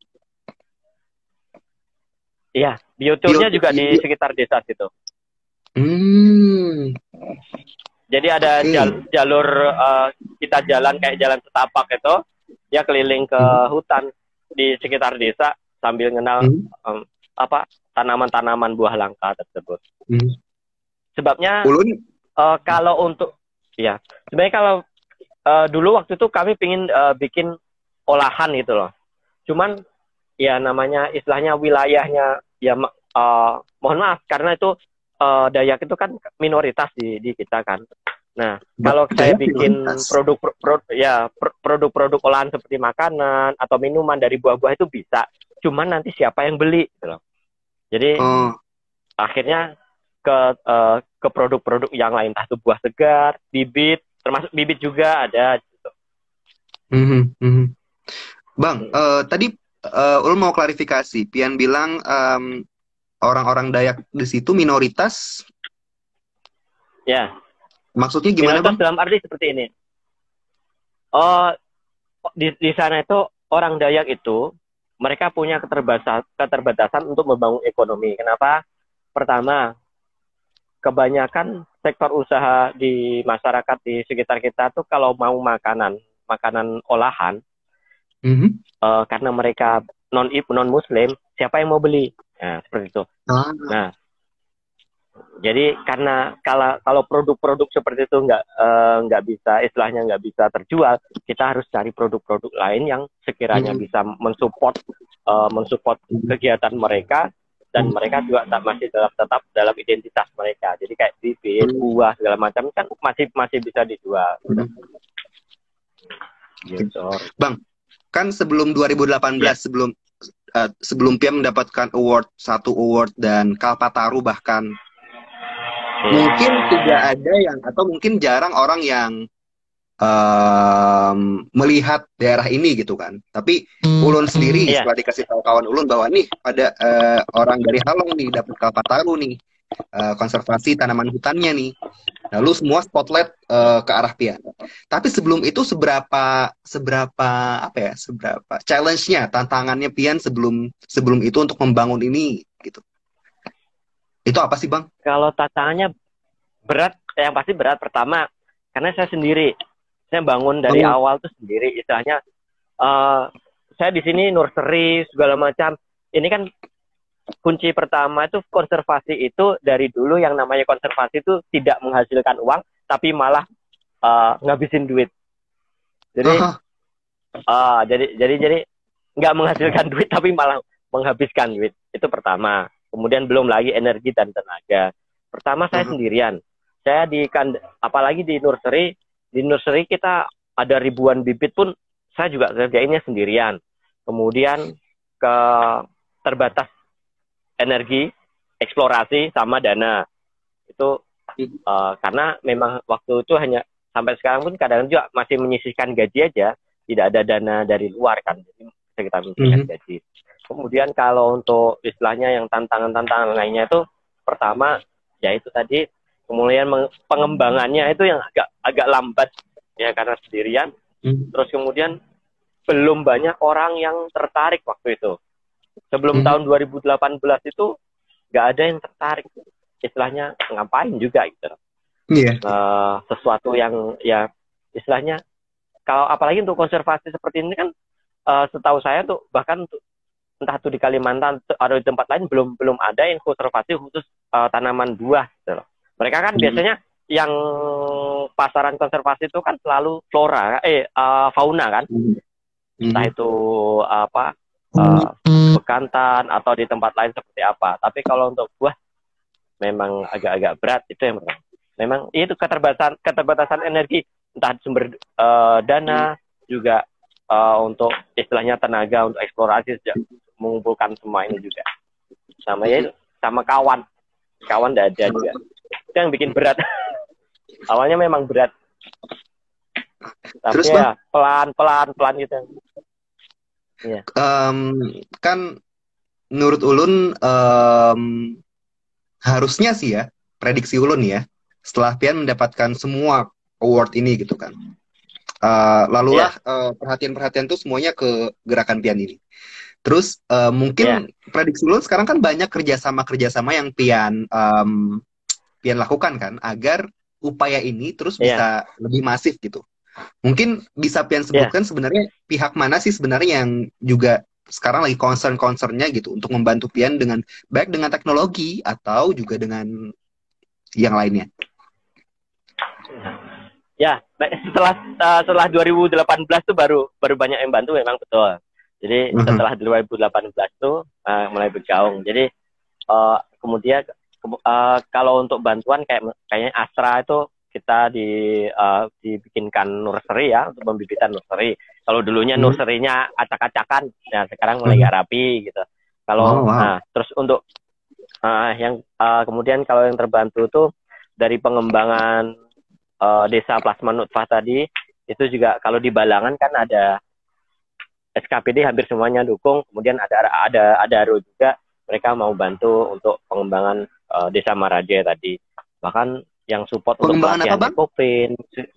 A: Iya, bioturnya Bio, juga di bio... sekitar desa situ.
B: Hmm.
A: Jadi ada okay. jal, jalur uh, kita jalan kayak jalan setapak itu, dia keliling ke hmm. hutan di sekitar desa sambil kenal hmm. um, apa tanaman-tanaman buah langka tersebut. Hmm. Sebabnya uh, kalau untuk ya sebenarnya kalau uh, dulu waktu itu kami pingin uh, bikin olahan gitu loh. Cuman ya namanya istilahnya wilayahnya ya uh, mohon maaf karena itu uh, Dayak itu kan minoritas di di kita kan. Nah, kalau saya bikin produk pro, pro, ya produk-produk olahan seperti makanan atau minuman dari buah-buah itu bisa. Cuman nanti siapa yang beli gitu loh. Jadi oh. akhirnya ke uh, ke produk-produk yang lain, entah itu buah segar, bibit, termasuk bibit juga ada. Gitu.
B: Mm-hmm, mm-hmm. Bang, hmm. uh, tadi uh, Ul mau klarifikasi. Pian bilang um, orang-orang Dayak di situ minoritas.
A: Ya.
B: Maksudnya gimana
A: minoritas
B: Bang?
A: Dalam arti seperti ini. Oh, di di sana itu orang Dayak itu mereka punya keterbatasan, keterbatasan untuk membangun ekonomi. Kenapa? Pertama, kebanyakan sektor usaha di masyarakat di sekitar kita tuh kalau mau makanan, makanan olahan, mm-hmm. uh, karena mereka non non Muslim, siapa yang mau beli? Nah, seperti itu. Ah. Nah, jadi karena kalau kalau produk-produk seperti itu nggak uh, nggak bisa istilahnya nggak bisa terjual, kita harus cari produk-produk lain yang sekiranya hmm. bisa mensupport uh, mensupport kegiatan mereka dan mereka juga tak masih dalam tetap dalam identitas mereka. Jadi kayak bibit, buah segala macam kan masih masih bisa dijual. Hmm.
B: Gitu. Bang, kan sebelum dua ribu delapan belas ya. sebelum uh, sebelum Pian mendapatkan award satu award dan Kalpataru bahkan mungkin tidak ada yang atau mungkin jarang orang yang um, melihat daerah ini gitu kan. Tapi Ulun sendiri yeah. setelah dikasih tahu kawan Ulun bahwa nih ada uh, orang dari Halong nih dapat Kalpataru nih uh, konservasi tanaman hutannya nih. Lalu semua spotlight uh, ke arah Pian. Tapi sebelum itu seberapa seberapa apa ya seberapa challenge-nya tantangannya Pian sebelum sebelum itu untuk membangun ini gitu. Itu apa sih Bang?
A: Kalau tantangannya berat, yang pasti berat pertama karena saya sendiri, saya bangun dari oh. awal tuh sendiri, istilahnya uh, saya di sini nursery segala macam. Ini kan kunci pertama itu konservasi itu dari dulu yang namanya konservasi itu tidak menghasilkan uang, tapi malah uh, ngabisin duit. Jadi, uh-huh. uh, jadi jadi jadi nggak menghasilkan duit tapi malah menghabiskan duit. Itu pertama. Kemudian belum lagi energi dan tenaga. Pertama saya uh-huh. sendirian. Saya di apalagi di nursery, di nursery kita ada ribuan bibit pun saya juga kerjainnya sendirian. Kemudian ke terbatas energi, eksplorasi sama dana. Itu uh, karena memang waktu itu hanya sampai sekarang pun kadang juga masih menyisihkan gaji aja, tidak ada dana dari luar kan. Jadi kita menyisihkan uh-huh. gaji. Kemudian kalau untuk istilahnya yang tantangan-tantangan lainnya itu pertama ya itu tadi kemudian pengembangannya itu yang agak agak lambat ya karena sendirian. Hmm. Terus kemudian belum banyak orang yang tertarik waktu itu. Sebelum hmm. tahun dua ribu delapan belas itu nggak ada yang tertarik, istilahnya ngapain juga gitu. Yeah. Uh, sesuatu yang ya istilahnya kalau apalagi untuk konservasi seperti ini kan uh, setahu saya tuh bahkan tuh, entah tuh di Kalimantan atau di tempat lain belum belum ada yang konservasi khusus uh, tanaman buah gitu loh. Mereka kan hmm. biasanya yang pasaran konservasi itu kan selalu flora eh uh, fauna kan. Hmm. Entah itu apa uh, bekantan atau di tempat lain seperti apa. Tapi kalau untuk buah memang agak-agak berat itu yang pertama. Memang itu keterbatasan keterbatasan energi, entah sumber uh, dana juga uh, untuk istilahnya tenaga untuk eksplorasi mengumpulkan semua ini juga. Sama ya sama kawan, kawan tidak ada juga. Itu yang bikin berat. Awalnya memang berat, tapi terus, ya pelan pelan pelan gitu. Ya.
B: Um, kan menurut Ulun um, harusnya sih ya prediksi Ulun ya. Setelah Pian mendapatkan semua award ini gitu kan, uh, lalulah yeah. uh, perhatian-perhatian tuh semuanya ke gerakan Pian ini. Terus uh, mungkin yeah. prediksi lu sekarang kan banyak kerjasama-kerjasama yang Pian um, Pian lakukan kan, agar upaya ini terus yeah. bisa lebih masif gitu. Mungkin bisa Pian sebutkan yeah. sebenarnya pihak mana sih sebenarnya yang juga sekarang lagi concern-concernnya gitu untuk membantu Pian dengan baik dengan teknologi atau juga dengan yang lainnya.
A: Ya, setelah uh, setelah dua ribu delapan belas tuh baru baru banyak yang bantu memang betul. Jadi uh-huh. setelah dua ribu delapan belas tuh uh, mulai bergaung. Jadi uh, kemudian uh, kalau untuk bantuan kayak kayaknya Astra itu kita di uh, dibikinkan nursery ya untuk pembibitan nursery. Kalau dulunya uh-huh. nurserynya acak-acakan, ya sekarang mulai uh-huh. rapi gitu. Kalau oh, wow. nah terus untuk uh, yang uh, kemudian kalau yang terbantu tuh dari pengembangan Uh, desa plasma nutfah tadi itu juga kalau di Balangan kan ada S K P D hampir semuanya dukung, kemudian ada ada ada Aro juga mereka mau bantu untuk pengembangan uh, desa Maraje tadi, bahkan yang support untuk pelatihan Ekoprin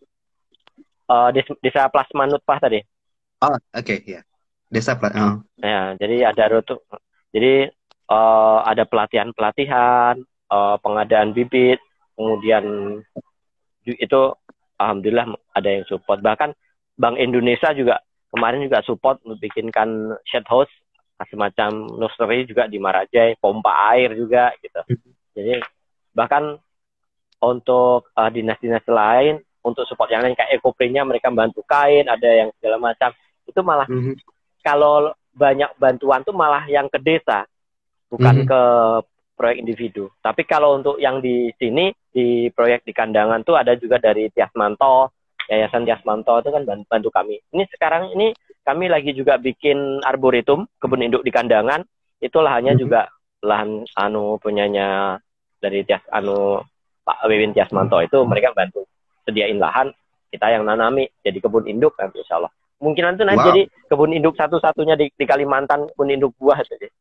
A: uh, desa, desa plasma nutfah tadi.
B: Oh oke okay, ya yeah. desa plasma. Oh.
A: Ya jadi ada Aro tuh, jadi uh, ada pelatihan pelatihan uh, pengadaan bibit, kemudian itu alhamdulillah ada yang support, bahkan Bank Indonesia juga kemarin juga support untuk bikinkan shed house semacam nursery juga di Marajai, pompa air juga gitu. Jadi bahkan untuk uh, dinas-dinas lain untuk support yang lain kayak Ekoprinnya mereka bantu kain, ada yang segala macam itu malah mm-hmm. kalau banyak bantuan tuh malah yang ke desa bukan mm-hmm. ke proyek individu. Tapi kalau untuk yang di sini di proyek di Kandangan tuh ada juga dari Tiasmanto, Yayasan Tiasmanto itu kan bantu kami. Ini sekarang ini kami lagi juga bikin arboretum kebun induk di Kandangan. Itu lahannya mm-hmm. juga lahan anu punyanya dari Tias anu Pak Wiwin Tiasmanto itu mereka bantu sediain lahan, kita yang nanami jadi kebun induk nanti insya Allah. Mungkin nanti nanti wow. jadi kebun induk satu-satunya di, di Kalimantan, kebun induk buah saja.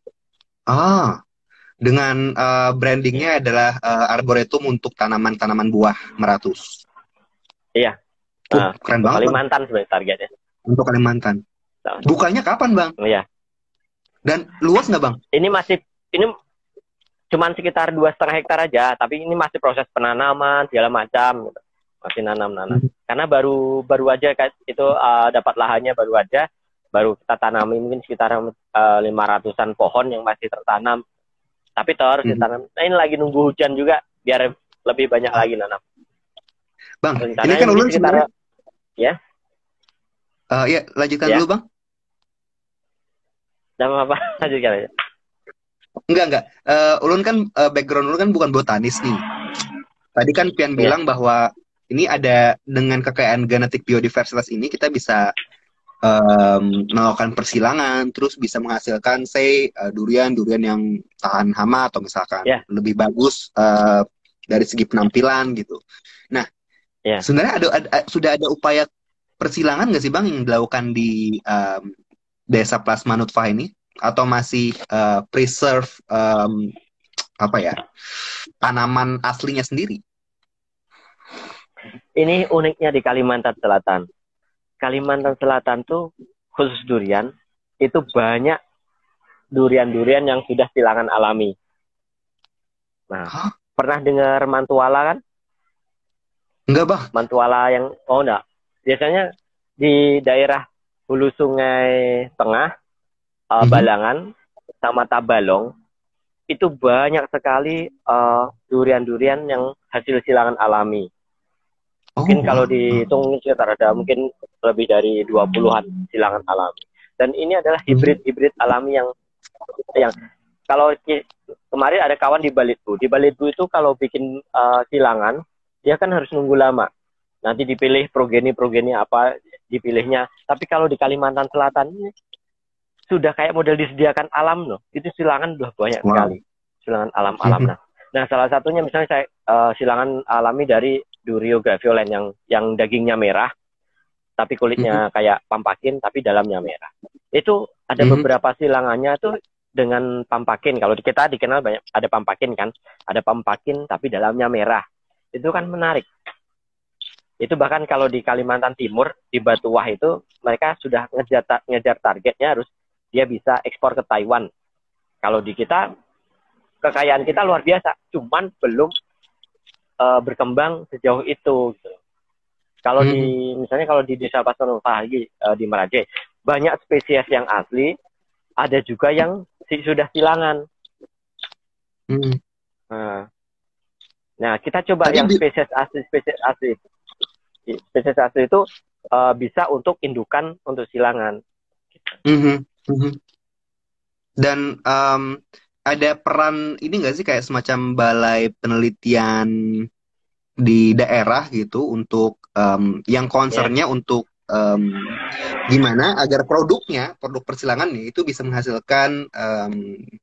B: Ah. Dengan uh, brandingnya adalah uh, arboretum untuk tanaman-tanaman buah meratus.
A: Iya.
B: Uh, keren banget.
A: Kalimantan sebenarnya targetnya.
B: Untuk Kalimantan. Nah. Bukanya kapan, Bang?
A: Iya.
B: Dan luas nggak, Bang?
A: Ini masih ini cuman sekitar dua setengah hektar aja, tapi ini masih proses penanaman segala macam, gitu. Masih nanam-nanam. Hmm. Karena baru baru aja itu uh, dapat lahannya baru aja, baru kita tanami mungkin sekitar uh, lima ratusan pohon yang masih tertanam. Tapi terus mm-hmm. ditanam. Nah, ini lagi nunggu hujan juga biar lebih banyak lagi nanam.
B: Bang, rencananya ini kan ulun sebenarnya.
A: Ya.
B: Uh, ya, lanjutkan ya. dulu, Bang.
A: Nama apa? Lanjutkan aja.
B: Enggak, enggak. Uh, ulun kan uh, background ulun kan bukan botanis nih. Tadi kan Pian ya. bilang bahwa ini ada dengan kekayaan genetik biodiversitas ini kita bisa Um, melakukan persilangan, terus bisa menghasilkan, say, uh, durian-durian yang tahan hama atau misalkan yeah. lebih bagus uh, dari segi penampilan gitu. Nah, yeah. sebenarnya ada, ada sudah ada upaya persilangan nggak sih Bang yang dilakukan di um, desa plasma nutfah ini, atau masih uh, preserve um, apa ya, tanaman aslinya sendiri.
A: Ini uniknya di Kalimantan Selatan. Kalimantan Selatan tuh khusus durian, itu banyak durian-durian yang sudah silangan alami. Nah, huh? Pernah dengar mantuala kan?
B: Enggak, Bang.
A: Mantuala yang, oh enggak. Biasanya di daerah hulu sungai tengah, uh, mm-hmm. Balangan, sama Tabalong, itu banyak sekali uh, durian-durian yang hasil silangan alami. Mungkin oh, kalau dihitung sekitar ada mungkin lebih dari dua puluhan silangan alami. Dan ini adalah hibrid-hibrid alami yang yang kalau kemarin ada kawan di Balitbu. Di Balitbu itu kalau bikin uh, silangan, dia kan harus nunggu lama. Nanti dipilih progeni-progeni apa dipilihnya. Tapi kalau di Kalimantan Selatan ini sudah kayak model disediakan alam loh. Itu silangan udah banyak wow. sekali. Silangan alam-alam. Nah, nah salah satunya misalnya saya uh, silangan alami dari Durio graviolen yang yang dagingnya merah, tapi kulitnya kayak pampakin, tapi dalamnya merah. Itu ada beberapa silangannya tuh dengan pampakin. Kalau di kita dikenal banyak ada pampakin kan, ada pampakin tapi dalamnya merah. Itu kan menarik. Itu bahkan kalau di Kalimantan Timur di Batuah itu mereka sudah ngejar ngejar targetnya harus dia bisa ekspor ke Taiwan. Kalau di kita kekayaan kita luar biasa, cuman belum uh, berkembang sejauh itu. Gitu. Kalau hmm. di misalnya kalau di Desa Pasar Pagi uh, di Merajai banyak spesies yang asli, ada juga yang sudah silangan. Hmm. Nah, nah, kita coba Tadi yang spesies asli, spesies asli. Spesies asli itu uh, bisa untuk indukan untuk silangan.
B: Mm-hmm. Mm-hmm. Dan um, ada peran ini nggak sih kayak semacam balai penelitian di daerah gitu untuk um, yang concernnya yeah. untuk um, gimana agar produknya, produk persilangannya itu bisa menghasilkan um,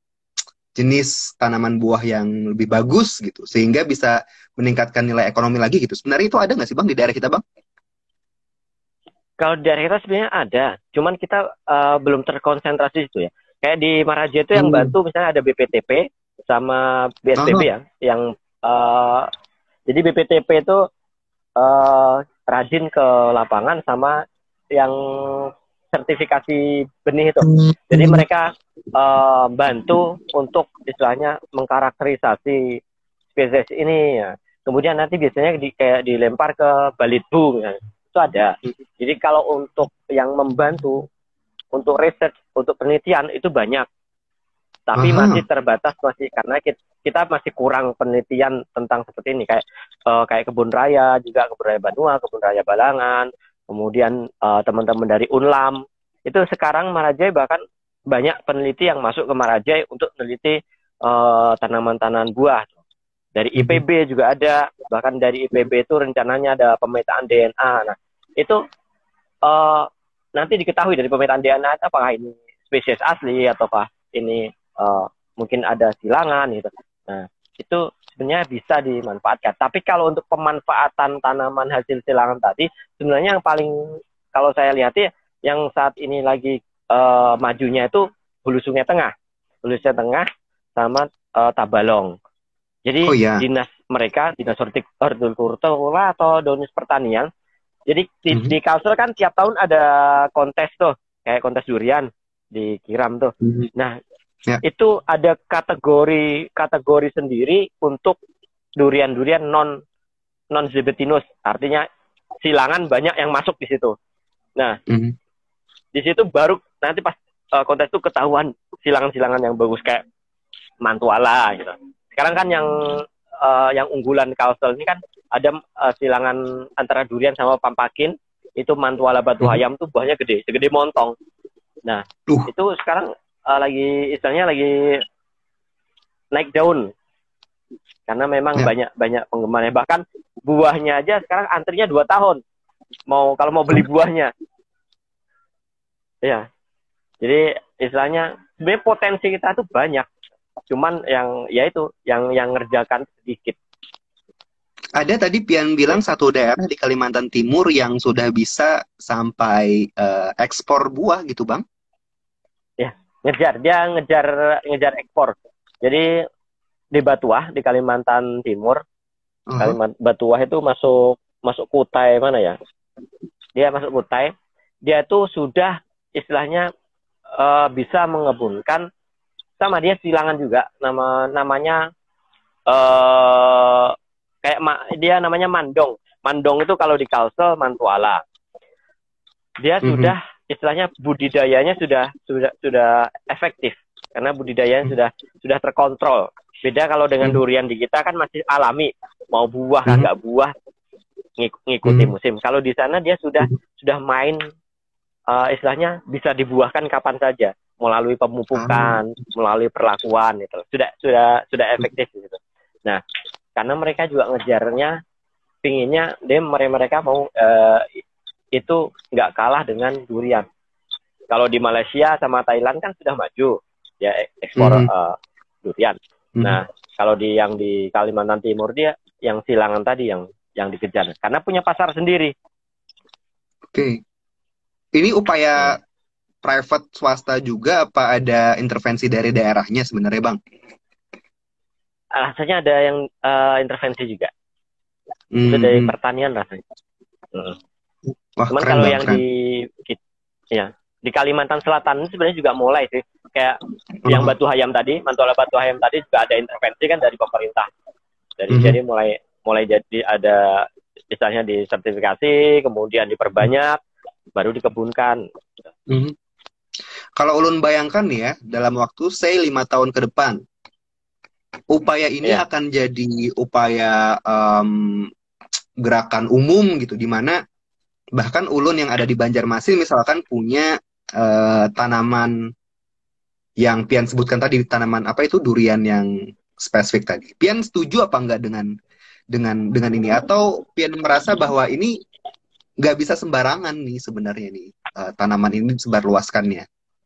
B: jenis tanaman buah yang lebih bagus gitu, sehingga bisa meningkatkan nilai ekonomi lagi gitu. Sebenarnya itu ada nggak sih Bang di daerah kita Bang?
A: Kalau di daerah kita sebenarnya ada, cuman kita uh, belum terkonsentrasi itu ya. Kayak di Maraja itu yang hmm. bantu misalnya ada B P T P sama B S P B uh-huh. ya, yang uh, jadi B P T P itu uh, rajin ke lapangan sama yang sertifikasi benih itu. Jadi mereka uh, bantu untuk istilahnya mengkarakterisasi spesies ini ya. Kemudian nanti biasanya di, kayak dilempar ke Balitbu ya. Itu ada. Jadi kalau untuk yang membantu untuk riset, untuk penelitian itu banyak. Tapi Aha. masih terbatas masih karena kita, kita masih kurang penelitian tentang seperti ini kayak uh, kayak kebun raya juga, kebun raya Banua, kebun raya Balangan. Kemudian uh, teman-teman dari Unlam, itu sekarang Marajai bahkan banyak peneliti yang masuk ke Marajai untuk meneliti uh, tanaman-tanaman buah. Dari I P B juga ada, bahkan dari I P B itu rencananya ada pemetaan D N A. Nah, itu uh, nanti diketahui dari pemetaan D N A apakah ini spesies asli ataukah ini uh, mungkin ada silangan gitu. Nah, itu sebenarnya bisa dimanfaatkan. Tapi kalau untuk pemanfaatan tanaman hasil silangan tadi, sebenarnya yang paling, kalau saya lihat ya, yang saat ini lagi uh, majunya itu hulu sungai tengah. Hulu sungai tengah sama uh, Tabalong. Jadi oh, ya. dinas mereka, dinas hortikultura atau dinas pertanian, jadi di, mm-hmm. di Kalsel kan tiap tahun ada kontes tuh, kayak kontes durian di Kiram tuh. Mm-hmm. Nah, Ya. itu ada kategori kategori sendiri untuk durian-durian non non zebetinus, artinya silangan banyak yang masuk di situ. Nah, mm-hmm. di situ baru nanti pas uh, kontes itu ketahuan silangan-silangan yang bagus kayak mantuala gitu. Sekarang kan yang uh, yang unggulan Kalsel ini kan ada uh, silangan antara durian sama pampakin, itu mantuala batu mm-hmm. ayam tuh buahnya gede, segede montong. Nah, uh. itu sekarang Uh, lagi istilahnya lagi naik daun karena memang ya. banyak banyak penggemarnya, bahkan buahnya aja sekarang antrinya dua tahun mau kalau mau beli buahnya ya. Jadi istilahnya sebenarnya potensi kita tuh banyak, cuman yang ya itu yang yang ngerjakan sedikit.
B: Ada tadi Pian bilang satu daerah di Kalimantan Timur yang sudah bisa sampai uh, ekspor buah gitu Bang?
A: Ya, ngejar dia ngejar ngejar ekspor. Jadi di Batuah di Kalimantan Timur.
B: Uh-huh.
A: Kalimantan Batuah itu masuk masuk Kutai mana ya? Dia masuk Kutai. Dia itu sudah istilahnya uh, bisa mengebunkan, sama dia silangan juga, nama namanya uh, kayak ma, dia namanya mandong. Mandong itu kalau di Kalsel Mantuala. Dia mm-hmm. sudah istilahnya budidayanya sudah sudah sudah efektif karena budidayanya mm-hmm. sudah sudah terkontrol. Beda kalau dengan mm-hmm. durian di kita kan masih alami, mau buah mm-hmm. kagak buah ngik- ngikuti mm-hmm. musim. Kalau di sana dia sudah mm-hmm. sudah main uh, istilahnya bisa dibuahkan kapan saja melalui pemupukan, mm-hmm. melalui perlakuan itu. Sudah sudah sudah efektif gitu. Nah, karena mereka juga ngejarnya pinginnya dia mereka mau uh, itu nggak kalah dengan durian. Kalau di Malaysia sama Thailand kan sudah maju ya ekspor mm-hmm. uh, durian. Mm-hmm. Nah, kalau di yang di Kalimantan Timur dia yang silangan tadi yang yang dikejar karena punya pasar sendiri.
B: Oke. Okay. Ini upaya hmm. private swasta juga apa ada intervensi dari daerahnya sebenarnya, Bang?
A: Rasanya ada yang uh, intervensi juga. Hmm. Itu dari pertanian rasanya. Hmm.
B: Wah,
A: cuman
B: keren,
A: kalau
B: bang,
A: yang
B: keren.
A: di ya di Kalimantan Selatan ini sebenarnya juga mulai sih kayak uh-huh. yang Batu Hayam tadi, Mantuala Batu Hayam tadi juga ada intervensi kan dari pemerintah. Dari uh-huh. jadi mulai mulai jadi ada misalnya disertifikasi, kemudian diperbanyak, baru dikebunkan.
B: Uh-huh. Kalau ulun bayangkan nih ya dalam waktu say lima tahun ke depan, upaya ini yeah. akan jadi upaya um, gerakan umum gitu, di mana bahkan ulun yang ada di Banjarmasin misalkan punya uh, tanaman yang Pian sebutkan tadi, tanaman apa itu durian yang spesifik tadi. Pian setuju apa enggak dengan dengan dengan ini, atau Pian merasa bahwa ini nggak bisa sembarangan nih sebenarnya nih uh, tanaman ini disebarluaskannya?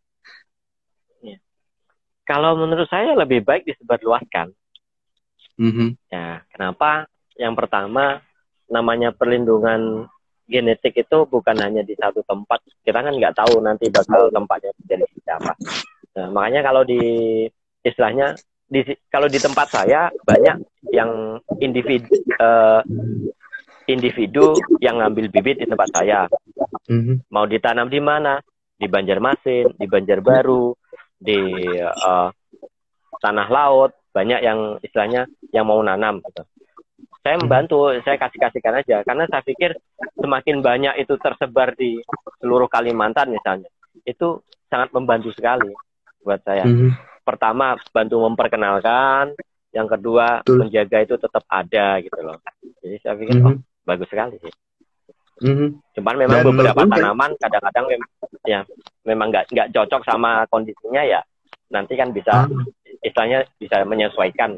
A: Ya. Kalau menurut saya lebih baik disebarluaskan.
B: Mm-hmm.
A: Ya, kenapa? Yang pertama, namanya perlindungan genetik itu bukan hanya di satu tempat. Kita kan nggak tahu nanti bakal tempatnya jadi siapa. Nah, makanya kalau di istilahnya di kalau di tempat saya banyak yang individu uh, individu yang ngambil bibit di tempat saya. Mm-hmm. Mau ditanam di mana? Di Banjarmasin, di Banjarbaru, di uh, tanah laut, banyak yang istilahnya yang mau nanam gitu. Saya membantu, saya kasih-kasihkan aja. Karena saya pikir semakin banyak itu tersebar di seluruh Kalimantan misalnya, itu sangat membantu sekali buat saya. Mm-hmm. Pertama, bantu memperkenalkan. Yang kedua, Betul. menjaga itu tetap ada gitu loh. Jadi saya pikir, mm-hmm. oh, bagus sekali sih. Mm-hmm. Cuman memang Dan beberapa tanaman kadang-kadang mem ya memang nggak nggak cocok sama kondisinya ya. Nanti kan bisa, mm-hmm. istilahnya bisa menyesuaikan.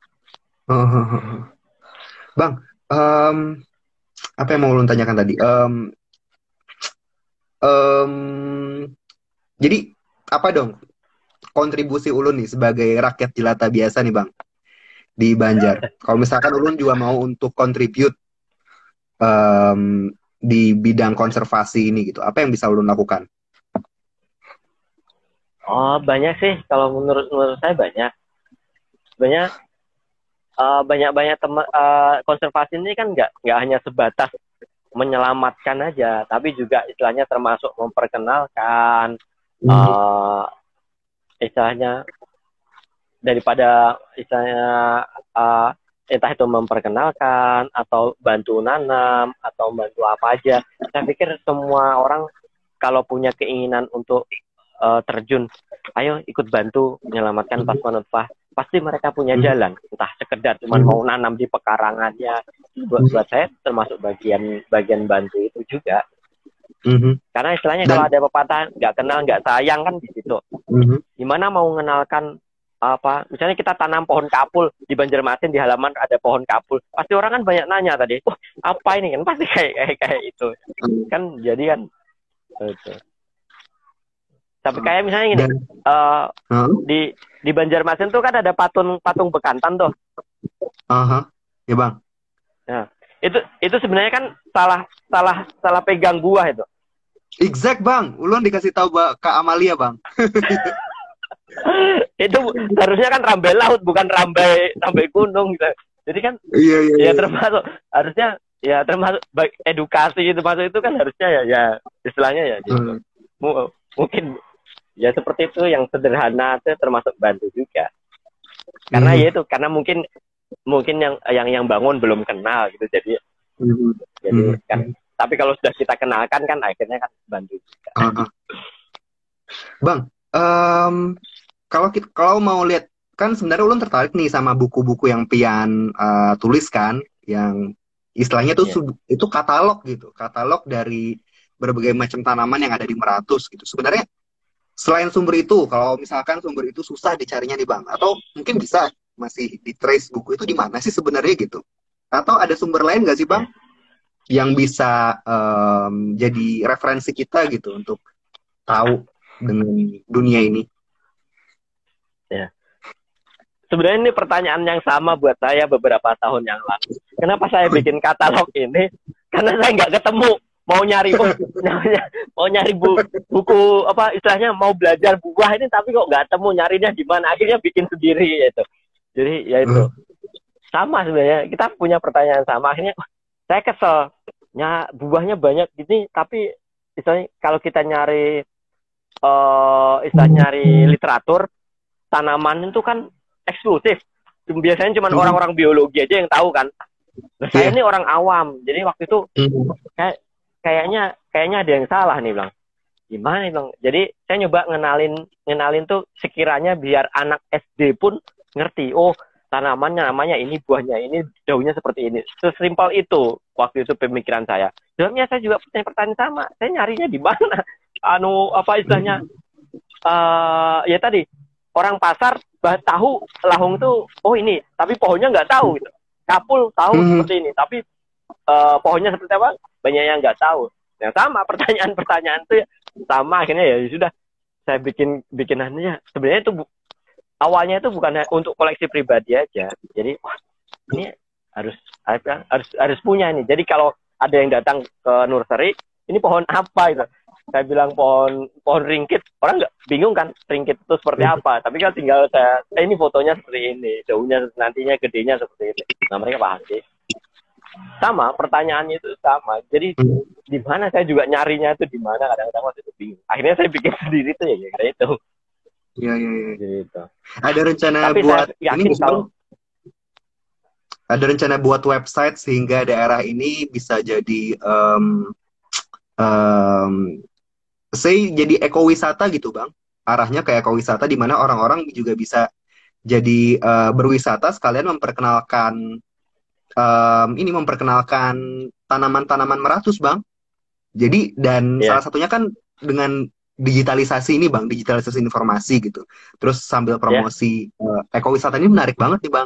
B: Oh. Bang, um, apa yang mau ulun tanyakan tadi? Um, um, jadi apa dong kontribusi ulun nih sebagai rakyat jelata biasa nih, Bang, di Banjar? Kalau misalkan ulun juga mau untuk contribute um, di bidang konservasi ini gitu, apa yang bisa ulun lakukan?
A: Oh, banyak sih. Kalau menurut menurut saya banyak. Banyak. Uh, banyak-banyak teman uh, konservasi ini kan nggak nggak hanya sebatas menyelamatkan aja, tapi juga istilahnya termasuk memperkenalkan hmm. uh, istilahnya daripada istilahnya uh, entah itu memperkenalkan atau bantu nanam atau bantu apa aja. Saya pikir semua orang kalau punya keinginan untuk uh, terjun, ayo ikut bantu menyelamatkan Pakuan Utpah. Pasti mereka punya jalan, entah sekedar cuma mau nanam di pekarangannya. Buat, buat saya termasuk bagian bagian bantu itu juga. Mm-hmm. Karena istilahnya Dan, kalau ada pepatah nggak kenal nggak sayang kan di situ. Mm-hmm. Gimana mau mengenalkan apa? Misalnya kita tanam pohon kapul di Banjarmasin, di halaman ada pohon kapul, pasti orang kan banyak nanya tadi, wah apa ini kan pasti kayak kayak kayak itu. Mm-hmm. Kan jadi kan itu. Tapi kayak misalnya gini, Dan, uh, huh? di di Banjarmasin tuh kan ada patung patung bekantan tuh.
B: Aha, ya bang.
A: Nah, itu itu sebenarnya kan salah salah salah pegang buah itu.
B: Exact bang, ulun dikasih tahu Kak Amalia bang.
A: Itu harusnya kan rambai laut, bukan rambai rambai gunung gitu. Jadi kan
B: iya, iya,
A: ya
B: iya.
A: termasuk harusnya ya termasuk baik edukasi itu masuk itu kan harusnya ya ya istilahnya ya gitu.
B: Hmm.
A: M- mungkin ya seperti itu yang sederhana itu termasuk bantu juga. Karena
B: Hmm.
A: ya itu karena mungkin mungkin yang yang yang bangun belum kenal gitu. Jadi
B: Hmm.
A: jadi
B: Hmm.
A: kan tapi kalau sudah kita kenalkan kan akhirnya kan bantu juga.
B: Uh-huh. Bang, um, kalau kita, kalau mau lihat kan sebenarnya ulun tertarik nih sama buku-buku yang Pian uh, tulis kan, yang istilahnya tuh
A: Iya.
B: sub- itu katalog gitu, katalog dari berbagai macam tanaman yang ada di Meratus gitu. Sebenarnya selain sumber itu, kalau misalkan sumber itu susah dicarinya nih Bang, atau mungkin bisa masih di trace buku itu di mana sih sebenarnya gitu? Atau ada sumber lain nggak sih Bang yang bisa um, jadi referensi kita gitu untuk tahu dengan dunia ini?
A: Ya. Sebenarnya ini pertanyaan yang sama buat saya beberapa tahun yang lalu. Kenapa saya bikin katalog ini? Karena saya nggak ketemu. Mau nyari bu, mau nyari bu, buku apa istilahnya mau belajar buah ini tapi kok nggak ketemu, nyarinya di mana? Akhirnya bikin sendiri gitu. Jadi ya itu sama sebenarnya. Kita punya pertanyaan sama. Akhirnya saya kesel. Ya, buahnya banyak gini tapi istilahnya kalau kita nyari uh, istilah nyari literatur tanaman itu kan eksklusif. Biasanya cuma
B: Hmm.
A: orang-orang biologi aja yang tahu kan. Nah, saya
B: Iya.
A: ini orang awam. Jadi waktu itu
B: Hmm.
A: kayak kayaknya kayaknya ada yang salah nih Bang. Gimana nih Bang? Jadi saya nyoba ngenalin ngenalin tuh sekiranya biar anak S D pun ngerti. Oh, tanamannya namanya ini, buahnya ini, daunnya seperti ini. Sesimpel itu waktu itu pemikiran saya. Jawabnya saya juga punya pertanyaan sama. Saya nyarinya di mana? Anu apa istilahnya? Uh, ya tadi orang pasar bah, tahu lahung tuh oh ini, tapi pohonnya nggak tahu gitu. Kapul tahu
B: Hmm.
A: seperti ini, tapi uh, pohonnya seperti apa? Banyak yang nggak tahu. Yang sama pertanyaan-pertanyaan itu ya, sama akhirnya ya sudah saya bikin bikinannya. Sebenarnya itu bu, awalnya itu bukan untuk koleksi pribadi aja. Jadi wah, ini harus harus harus punya nih. Jadi kalau ada yang datang ke nursery, ini pohon apa itu? Saya bilang pohon pohon ringkit, orang nggak bingung kan ringkit itu seperti apa. Tapi kan tinggal saya, eh, ini fotonya seperti ini, daunnya nantinya gedenya seperti ini. Nah mereka paham sih. Sama pertanyaannya itu sama. Jadi di mana saya juga nyarinya itu di mana, kadang-kadang waktu itu bingung. Akhirnya saya bikin sendiri tuh ya kayak itu.
B: Iya, iya, iya.
A: Gitu.
B: Ada rencana
A: Tapi
B: buat
A: saya yakin
B: ini
A: kalau
B: ada rencana buat website sehingga daerah ini bisa jadi um, um, say jadi ekowisata gitu Bang. Arahnya kayak ekowisata di mana orang-orang juga bisa jadi uh, berwisata sekalian memperkenalkan um, ini memperkenalkan tanaman-tanaman Meratus Bang. Jadi dan
A: yeah.
B: salah satunya kan dengan digitalisasi ini Bang, digitalisasi informasi gitu. Terus sambil promosi yeah. uh, ekowisata ini menarik banget nih Bang.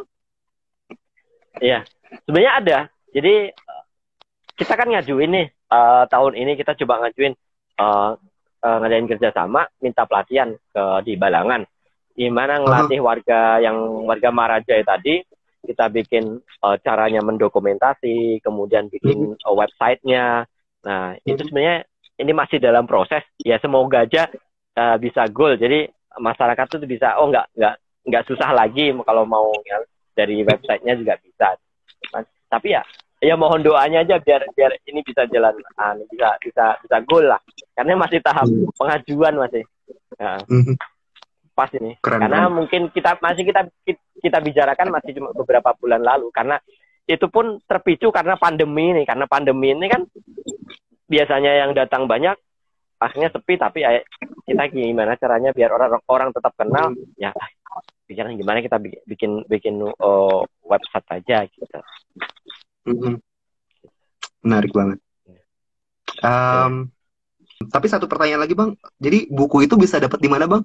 A: Iya, sebenarnya ada. Jadi kita kan ngajuin nih uh, tahun ini kita coba ngajuin uh, uh, ngadain kerjasama, minta pelatihan ke di Balangan. Gimana ngelatih uh-huh. warga yang warga Marajaya tadi, kita bikin uh, caranya mendokumentasi, kemudian bikin uh, websitenya. Nah itu sebenarnya ini masih dalam proses. Ya semoga aja uh, bisa goal. Jadi masyarakat itu bisa oh nggak nggak nggak susah lagi kalau mau ya, dari websitenya juga bisa. Mas, tapi ya, ya mohon doanya aja biar biar ini bisa jalan, uh, bisa bisa bisa goal lah. Karena masih tahap pengajuan masih. Ya. Pas ini.
B: Keren,
A: karena
B: keren.
A: mungkin kita masih kita kita bicarakan masih cuma beberapa bulan lalu. Karena itu pun terpicu karena pandemi ini. Karena pandemi ini kan biasanya yang datang banyak, akhirnya sepi. Tapi ya, kita gimana caranya biar orang orang tetap kenal? Ya. Pikiran gimana kita bikin bikin uh, website aja gitu.
B: Mm-hmm. Menarik banget. Um, ya. Tapi satu pertanyaan lagi Bang. Jadi buku itu bisa dapat di mana Bang?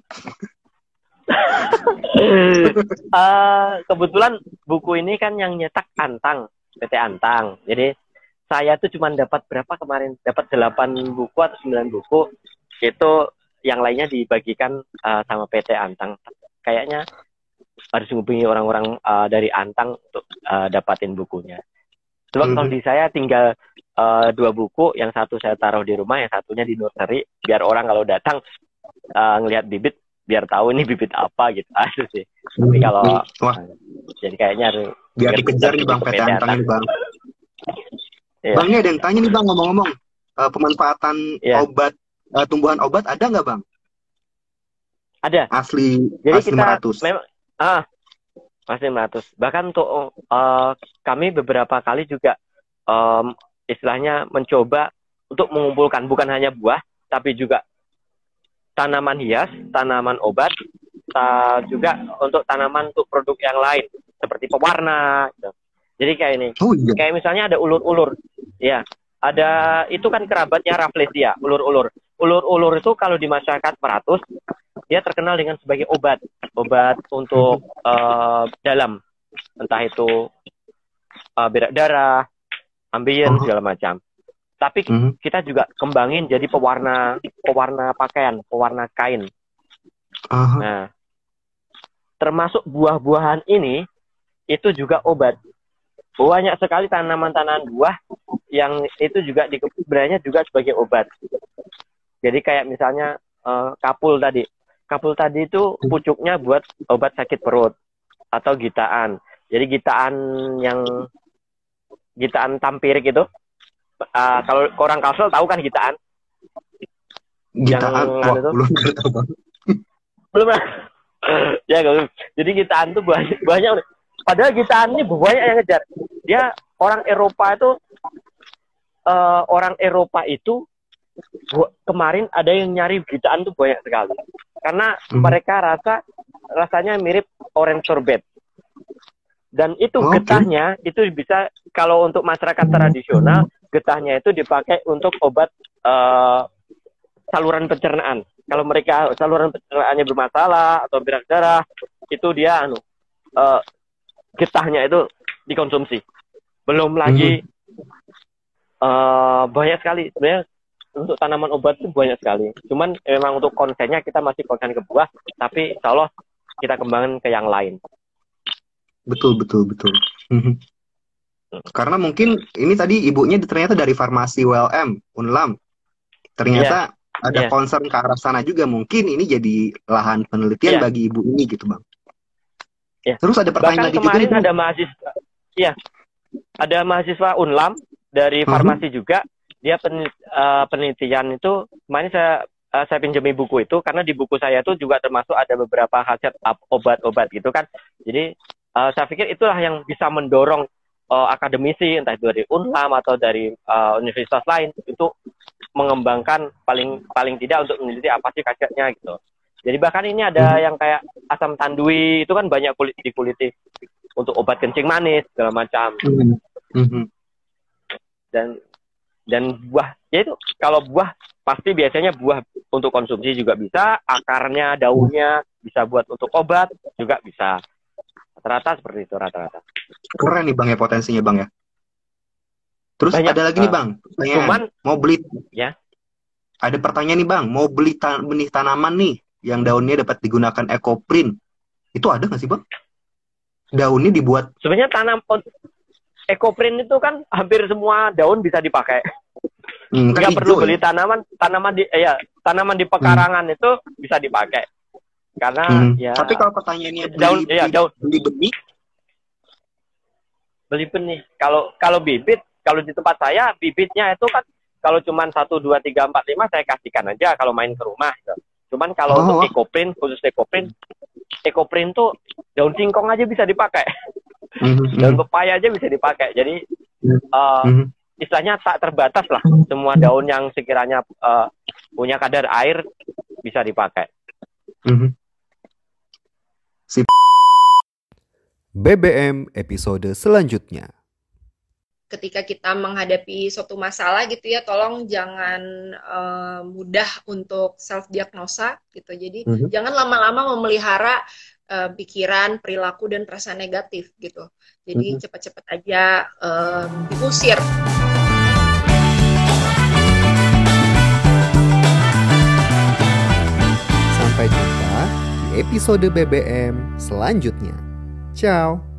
A: uh, kebetulan buku ini kan yang nyetak Antang, P T Antang. Jadi saya tuh cuma dapat berapa kemarin? Dapat delapan buku atau sembilan buku. Itu yang lainnya dibagikan uh, sama P T Antang. Kayaknya harus menghubungi orang-orang uh, dari Antang untuk uh, dapatin bukunya. Sebab mm-hmm. kalau di saya tinggal uh, dua buku, yang satu saya taruh di rumah, yang satunya di nursery, biar orang kalau datang uh, ngelihat bibit, biar tahu ini bibit apa gitu aja sih. Tapi kalau
B: Wah.
A: jadi kayaknya harus
B: biar dikejar nih Bang P T Antang ini Bang. Yeah. Bang, ini ada yang tanya nih Bang, ngomong-ngomong uh, pemanfaatan yeah. obat uh, tumbuhan obat ada nggak Bang?
A: Ada.
B: Asli.
A: Jadi
B: asli
A: kita
B: lima ratus.
A: Memang ah asli lima ratus. Bahkan untuk uh, kami beberapa kali juga um, istilahnya mencoba untuk mengumpulkan bukan hanya buah tapi juga tanaman hias, tanaman obat, uh, juga untuk tanaman untuk produk yang lain seperti pewarna. Gitu. Jadi kayak ini,
B: oh, iya.
A: kayak misalnya ada ulur-ulur, ya, ada itu kan kerabatnya Rafflesia, ulur-ulur. Ulur-ulur itu kalau di masyarakat Meratus, dia terkenal dengan sebagai obat, obat untuk uh, dalam, entah itu uh, berak darah, ambien segala macam. Tapi mm-hmm. kita juga kembangin jadi pewarna, pewarna pakaian, pewarna kain. Uh-huh. Nah, termasuk buah-buahan ini itu juga obat. Banyak sekali tanaman-tanaman buah yang itu juga dikebumiannya juga sebagai obat. Jadi kayak misalnya uh, kapul tadi. Kapul tadi itu pucuknya buat obat sakit perut atau gitaan. Jadi gitaan yang gitaan tampirik itu. Uh, kalau orang Kalsel tahu kan gitaan?
B: Gitaan?
A: Yang,
B: oh, itu, belum tahu Bang.
A: Belum ya, jadi gitaan tuh banyak, banyak. Padahal gitaan ini banyak yang ngejar. Dia orang Eropa itu, uh, orang Eropa itu bu- kemarin ada yang nyari gitaan tuh banyak sekali. Karena hmm. mereka rasa rasanya mirip orange sorbet. Dan itu okay. getahnya itu bisa kalau untuk masyarakat tradisional getahnya itu dipakai untuk obat uh, saluran pencernaan. Kalau mereka saluran pencernaannya bermasalah atau berak darah itu dia anu uh, getahnya itu dikonsumsi. Belum lagi hmm. uh, banyak sekali sebenarnya untuk tanaman obat itu banyak sekali. Cuman memang untuk konsennya kita masih konsen ke buah, tapi insya Allah kita kembangin ke yang lain.
B: Betul, betul, betul. Karena mungkin ini tadi ibunya ternyata dari farmasi U L M, Unlam. Ternyata yeah. ada yeah. concern ke arah sana juga. Mungkin ini jadi lahan penelitian yeah. bagi ibu ini gitu, Bang.
A: Yeah.
B: Terus ada pertanyaan
A: lagi
B: juga.
A: Bahkan kemarin ada mahasiswa, ya, ada mahasiswa Unlam dari farmasi uh-huh. juga. Dia penelitian, uh, penelitian itu, kemarin saya uh, saya pinjami buku itu karena di buku saya itu juga termasuk ada beberapa khasiat obat-obat gitu kan. Jadi uh, saya pikir itulah yang bisa mendorong uh, akademisi entah itu dari Unlam atau dari uh, universitas lain itu mengembangkan paling paling tidak untuk meneliti apa sih khasiatnya gitu. Jadi bahkan ini ada hmm. yang kayak asam tandui itu kan banyak kulit dikuliti untuk obat kencing manis segala macam. Hmm. Hmm. Dan dan buah, ya itu kalau buah pasti biasanya buah untuk konsumsi juga bisa, akarnya, daunnya bisa buat untuk obat juga bisa. Rata-rata seperti itu rata-rata.
B: Keren nih Bang ya potensinya Bang ya. Terus banyak, ada lagi uh, nih Bang, cuman mau beli
A: ya.
B: Ada pertanyaan nih Bang, mau beli ta benih tanaman nih yang daunnya dapat digunakan ekoprint. Itu ada nggak sih Bang? Daunnya dibuat
A: sebenarnya tanam ekoprint itu kan hampir semua daun bisa dipakai. Hmm, nggak kan perlu hijau, beli ya? tanaman tanaman di ya tanaman di pekarangan hmm. itu bisa dipakai. Karena hmm. ya.
B: Tapi kalau pertanyaannya beli,
A: daun, ya, daun.
B: beli benih,
A: beli benih. Kalau kalau bibit, kalau di tempat saya bibitnya itu kan kalau cuma satu dua tiga empat lima saya kasihkan aja kalau main ke rumah. Gitu. Cuman kalau oh. untuk ekoprint khusus ekoprint, ekoprint tuh daun singkong aja bisa dipakai. Mm-hmm. Daun pepaya aja bisa dipakai. Jadi uh, mm-hmm. istilahnya tak terbatas lah. Semua daun yang sekiranya uh, punya kadar air bisa dipakai.
B: Mm-hmm. Sip.
C: B B M episode selanjutnya.
D: Ketika kita menghadapi suatu masalah gitu ya, tolong jangan uh, mudah untuk self diagnosa gitu. Jadi mm-hmm. jangan lama-lama memelihara uh, pikiran, perilaku dan perasaan negatif gitu. Jadi mm-hmm. cepat-cepat aja uh, diusir.
C: Sampai jumpa di episode B B M selanjutnya. Ciao.